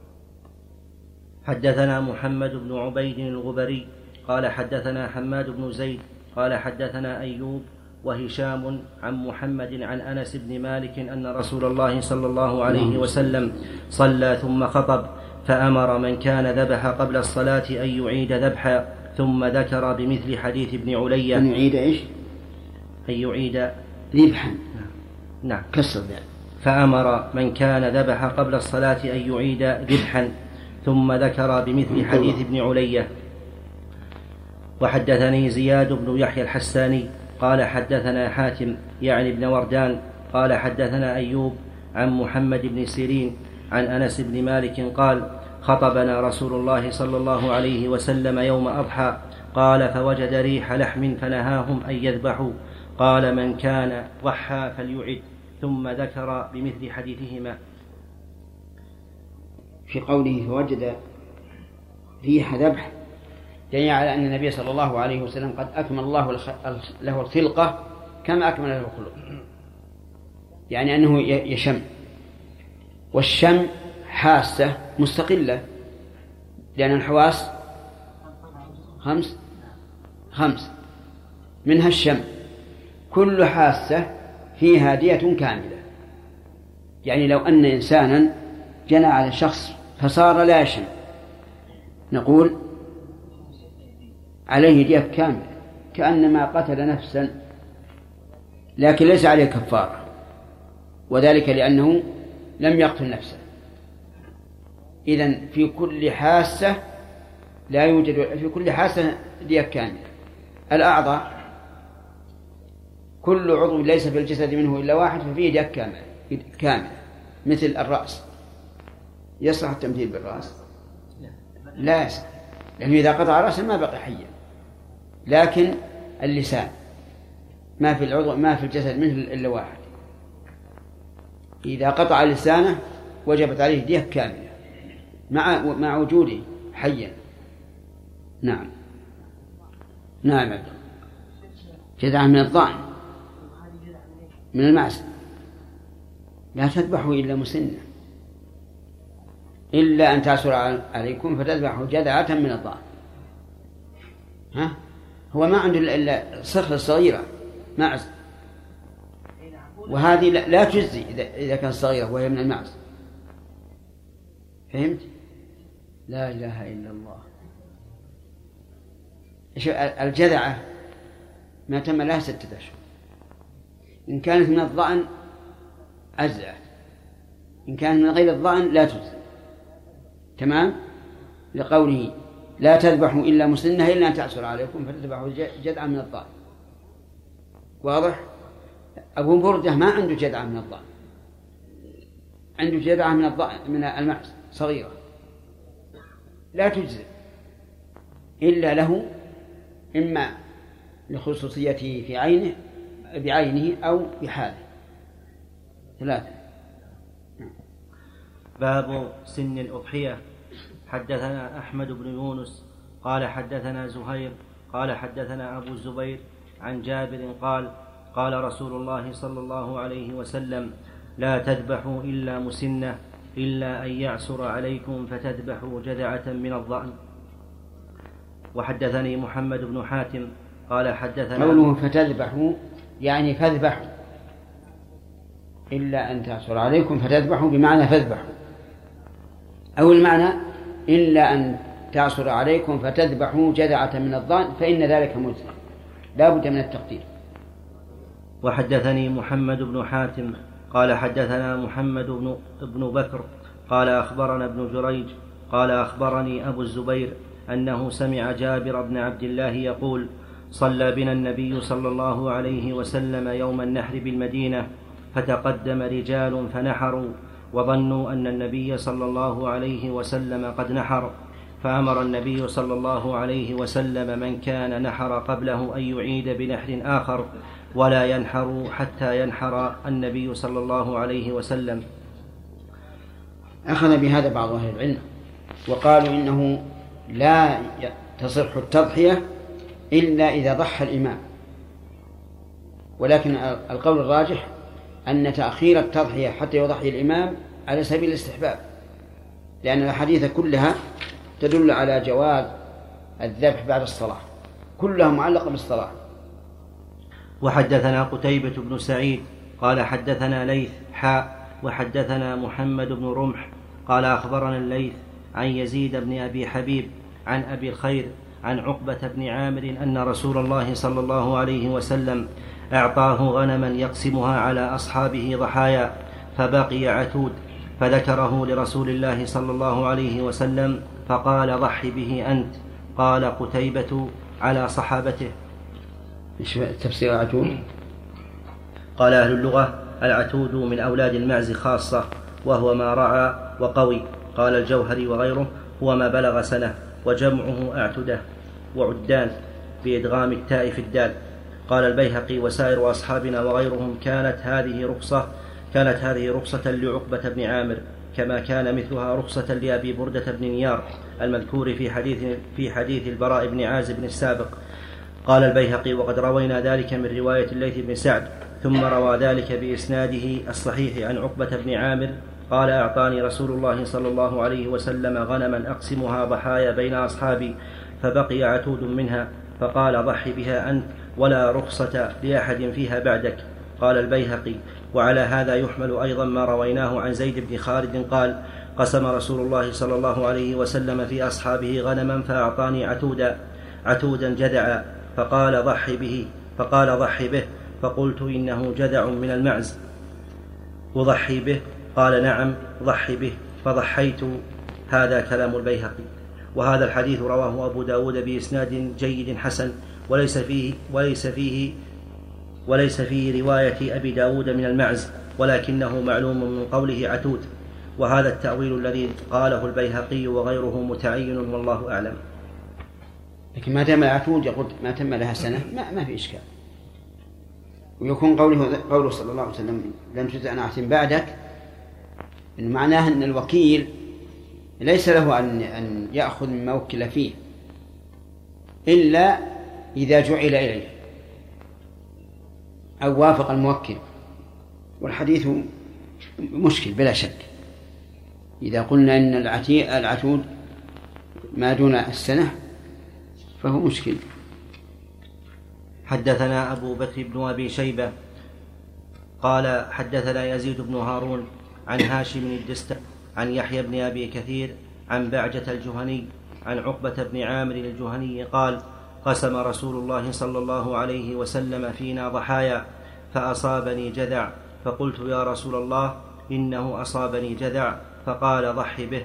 حدثنا محمد بن عبيد الغبري قال حدثنا حماد بن زيد قال حدثنا أيوب وهشام عن محمد عن أنس بن مالك أن رسول الله صلى الله عليه وسلم صلى ثم خطب فأمر من كان ذبح قبل الصلاة أن يعيد ذبحا، ثم ذكر بمثل حديث ابن علية أن يعيد إيش؟ أن يعيد ذبحا. نعم. كسر ذلك. فأمر من كان ذبح قبل الصلاة أن يعيد ذبحا، ثم ذكر بمثل حديث ابن علية. وحدثني زياد بن يحيى الحساني قال حدثنا حاتم يعني ابن وردان قال حدثنا أيوب عن محمد بن سيرين عن أنس بن مالك قال خطبنا رسول الله صلى الله عليه وسلم يوم أضحى قال فوجد ريح لحم فنهاهم أن يذبحوا، قال من كان ضحى فليعد، ثم ذكر بمثل حديثهما. في قوله فوجد ريح ذبح دليل على أن النبي صلى الله عليه وسلم قد أكمل الله له الخلقة كما أكمل له الخلق، يعني أنه يشم، والشم حاسة مستقلة لأن الحواس خمس خمس منها الشم، كل حاسة فيها دية كاملة. يعني لو أن إنسانا جنى على شخص فصار لا يشم نقول عليه دية كاملة كأنما قتل نفسا، لكن ليس عليه كفارة، وذلك لأنه لم يقتل نفسه. إذن في كل حاسة لا يوجد في كل حاسة دية كاملة. الأعضاء كل عضو ليس في الجسد منه إلا واحد ففيه دية كاملة كاملة مثل الرأس. يصح التمثيل بالرأس؟ لا يصح، لأنه إذا قطع رأسه ما بقي حيا. لكن اللسان ما في العضو ما في الجسد منه إلا واحد، إذا قطع لسانه وجبت عليه دية كاملة مع مع وجوده حيا. نعم نعم. جذعة من الضأن من المعز لا تذبحوا إلا مسنة إلا أن تعسر عليكم فتذبحوا جذعة من الضأن. ها هو ما عنده إلا صخرة صغيرة معز، وهذه لا تجزي إذا كان صغيرة وهي من المعز. فهمت؟ لا إله إلا الله. الجذعة ما تم لها ستة أشهر، إن كانت من الضأن أجزأت، إن كانت من غير الضأن لا تجزي. تمام؟ لقوله لا تذبحوا إلا مسنة إلا أن تعسر عليكم فتذبحوا جذعة من الضأن. واضح؟ أبو بردة ما عنده جذعة من الضأن، عنده جذعة من الضأن من المعز صغيرة لا تجزئ إلا له، إما لخصوصيته في عينه بعينه أو بحاله. ثلاثة. باب سن الأضحية. حدثنا أحمد بن يونس قال حدثنا زهير قال حدثنا أبو الزبير عن جابر قال قال رسول الله صلى الله عليه وسلم لا تذبحوا إلا مسنة إلا أن يعسر عليكم فتذبحوا جذعة من الضأن. وحدثني محمد بن حاتم قال حدثنا قوله فتذبحوا يعني فاذبحوا، إلا أن تعسر عليكم فتذبحوا بمعنى فاذبحوا، أو المعنى إلا أن تعسر عليكم فتذبحوا جذعة من الضأن فإن ذلك مجزي، لا بد من التقدير. وحدثني محمد بن حاتم قال حدثنا محمد بن, بن بكر قال أخبرنا ابن جريج قال أخبرني أبو الزبير أنه سمع جابر بن عبد الله يقول صلى بنا النبي صلى الله عليه وسلم يوم النحر بالمدينة فتقدم رجال فنحروا وظنوا أن النبي صلى الله عليه وسلم قد نحر، فأمر النبي صلى الله عليه وسلم من كان نحر قبله أن يعيد بنحر آخر ولا ينحر حتى ينحر النبي صلى الله عليه وسلم. أخذ بهذا بعض أهل العلم وقالوا إنه لا تصح التضحية إلا إذا ضحى الإمام، ولكن القول الراجح أن تأخير التضحية حتى يضحي الإمام على سبيل الاستحباب، لأن الحديث كلها تدل على جواز الذبح بعد الصلاة، كلها معلقة بالصلاة. وحدثنا قتيبة بن سعيد قال حدثنا ليث حاء وحدثنا محمد بن رمح قال أخبرنا الليث عن يزيد بن أبي حبيب عن أبي الخير عن عقبة بن عامر أن رسول الله صلى الله عليه وسلم أعطاه غنما يقسمها على أصحابه ضحايا فبقي عتود، فذكره لرسول الله صلى الله عليه وسلم فقال ضح به أنت. قال قتيبة على صحابته. ايش تفسير عتود؟ قال أهل اللغة العتود من أولاد المعز خاصة، وهو ما رعى وقوي. قال الجوهري وغيره هو ما بلغ سنة، وجمعه أعتدة وعدان بإدغام التاء في الدال. قال البيهقي وسائر أصحابنا وغيرهم كانت هذه رخصة كانت هذه رخصة لعقبة بن عامر، كما كان مثلها رخصة لأبي بردة بن نيار المذكور في حديث في حديث البراء بن عازب السابق. قال البيهقي وقد روينا ذلك من رواية الليث بن سعد، ثم روى ذلك بإسناده الصحيح عن عقبة بن عامر قال أعطاني رسول الله صلى الله عليه وسلم غنما أقسمها ضحايا بين أصحابي فبقي عتود منها، فقال ضح بها أنت ولا رخصة لأحد فيها بعدك. قال البيهقي وعلى هذا يحمل أيضا ما رويناه عن زيد بن خالد قال قسم رسول الله صلى الله عليه وسلم في أصحابه غنما فأعطاني عتودا عتودا جدعا فقال ضح به فقال ضح به فقلت إنه جدع من المعز أضحي به؟ قال نعم ضح به، فضحيت. هذا كلام البيهقي. وهذا الحديث رواه أبو داود بإسناد جيد حسن، وليس فيه وليس فيه وليس فيه رواية أبي داود من المعز، ولكنه معلوم من قوله عتود. وهذا التأويل الذي قاله البيهقي وغيره متعين والله أعلم. لكن ما تم العتود يقول ما تم لها سنة ما, ما في إشكال. ويكون قوله قوله صلى الله عليه وسلم لم تجزع نعت بعدك، إن معناه أن الوكيل ليس له أن أن يأخذ مما وكل فيه إلا إذا جعل إليه أو وافق الموكل. والحديث مشكل بلا شك. إذا قلنا إن العتود ما دون السنة فهو مشكل. حدثنا أبو بكر بن أبي شيبة قال حدثنا يزيد بن هارون عن هاشم الدستوائي عن يحيى بن أبي كثير عن بعجة الجهني عن عقبة بن عامر الجهني قال قسم رسول الله صلى الله عليه وسلم فينا ضحايا فأصابني جذع، فقلت يا رسول الله إنه أصابني جذع، فقال ضح به.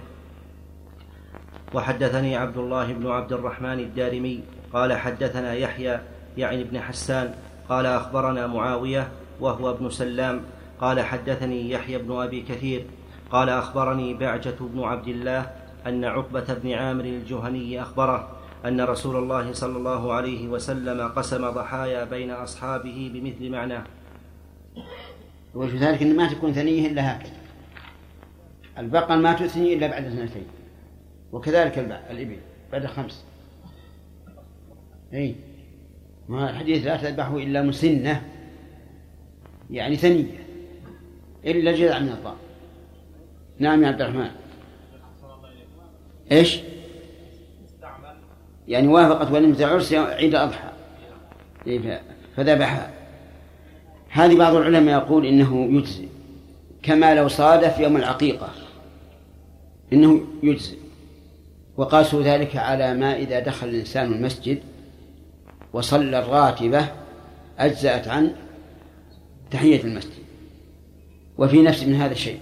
وحدثني عبد الله بن عبد الرحمن الدارمي قال حدثنا يحيى يعني ابن حسان قال أخبرنا معاوية وهو ابن سلام قال حدثني يحيى بن أبي كثير قال أخبرني بعجة بن عبد الله أن عقبة بن عامر الجهني أخبره أن رسول الله صلى الله عليه وسلم قسم ضحايا بين أصحابه بمثل معناه. وجه ذلك أن ما تكون ثنيه إلا هكذا، البقر ما تثني إلا بعد سنتين، وكذلك الإبل بعد خمس. أي ما الحديث لا تذبحه إلا مسنة يعني ثنية إلا جذع من الضأن. نعم يا عبد الرحمن. إيش يعني وافقت وليمة العرس عيد الأضحى فذبحها. هذه بعض العلماء يقول إنه يجزي، كما لو صادف يوم العقيقة إنه يجزي، وقاسوا ذلك على ما إذا دخل الإنسان المسجد وصلى الراتبة أجزأت عن تحية المسجد، وفي نفس من هذا الشيء.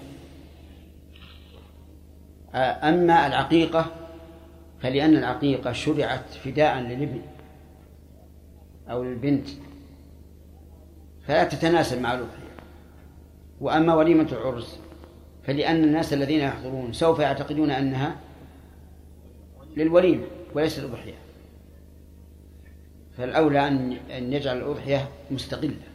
أما العقيقة فلأن العقيقة شرعت فداء للابن أو للبنت فلا تتناسب مع الأضحية. وأما وليمة العرس فلأن الناس الذين يحضرون سوف يعتقدون أنها للوليمة وليس للأضحية، فالأولى أن يجعل الأضحية مستقلة.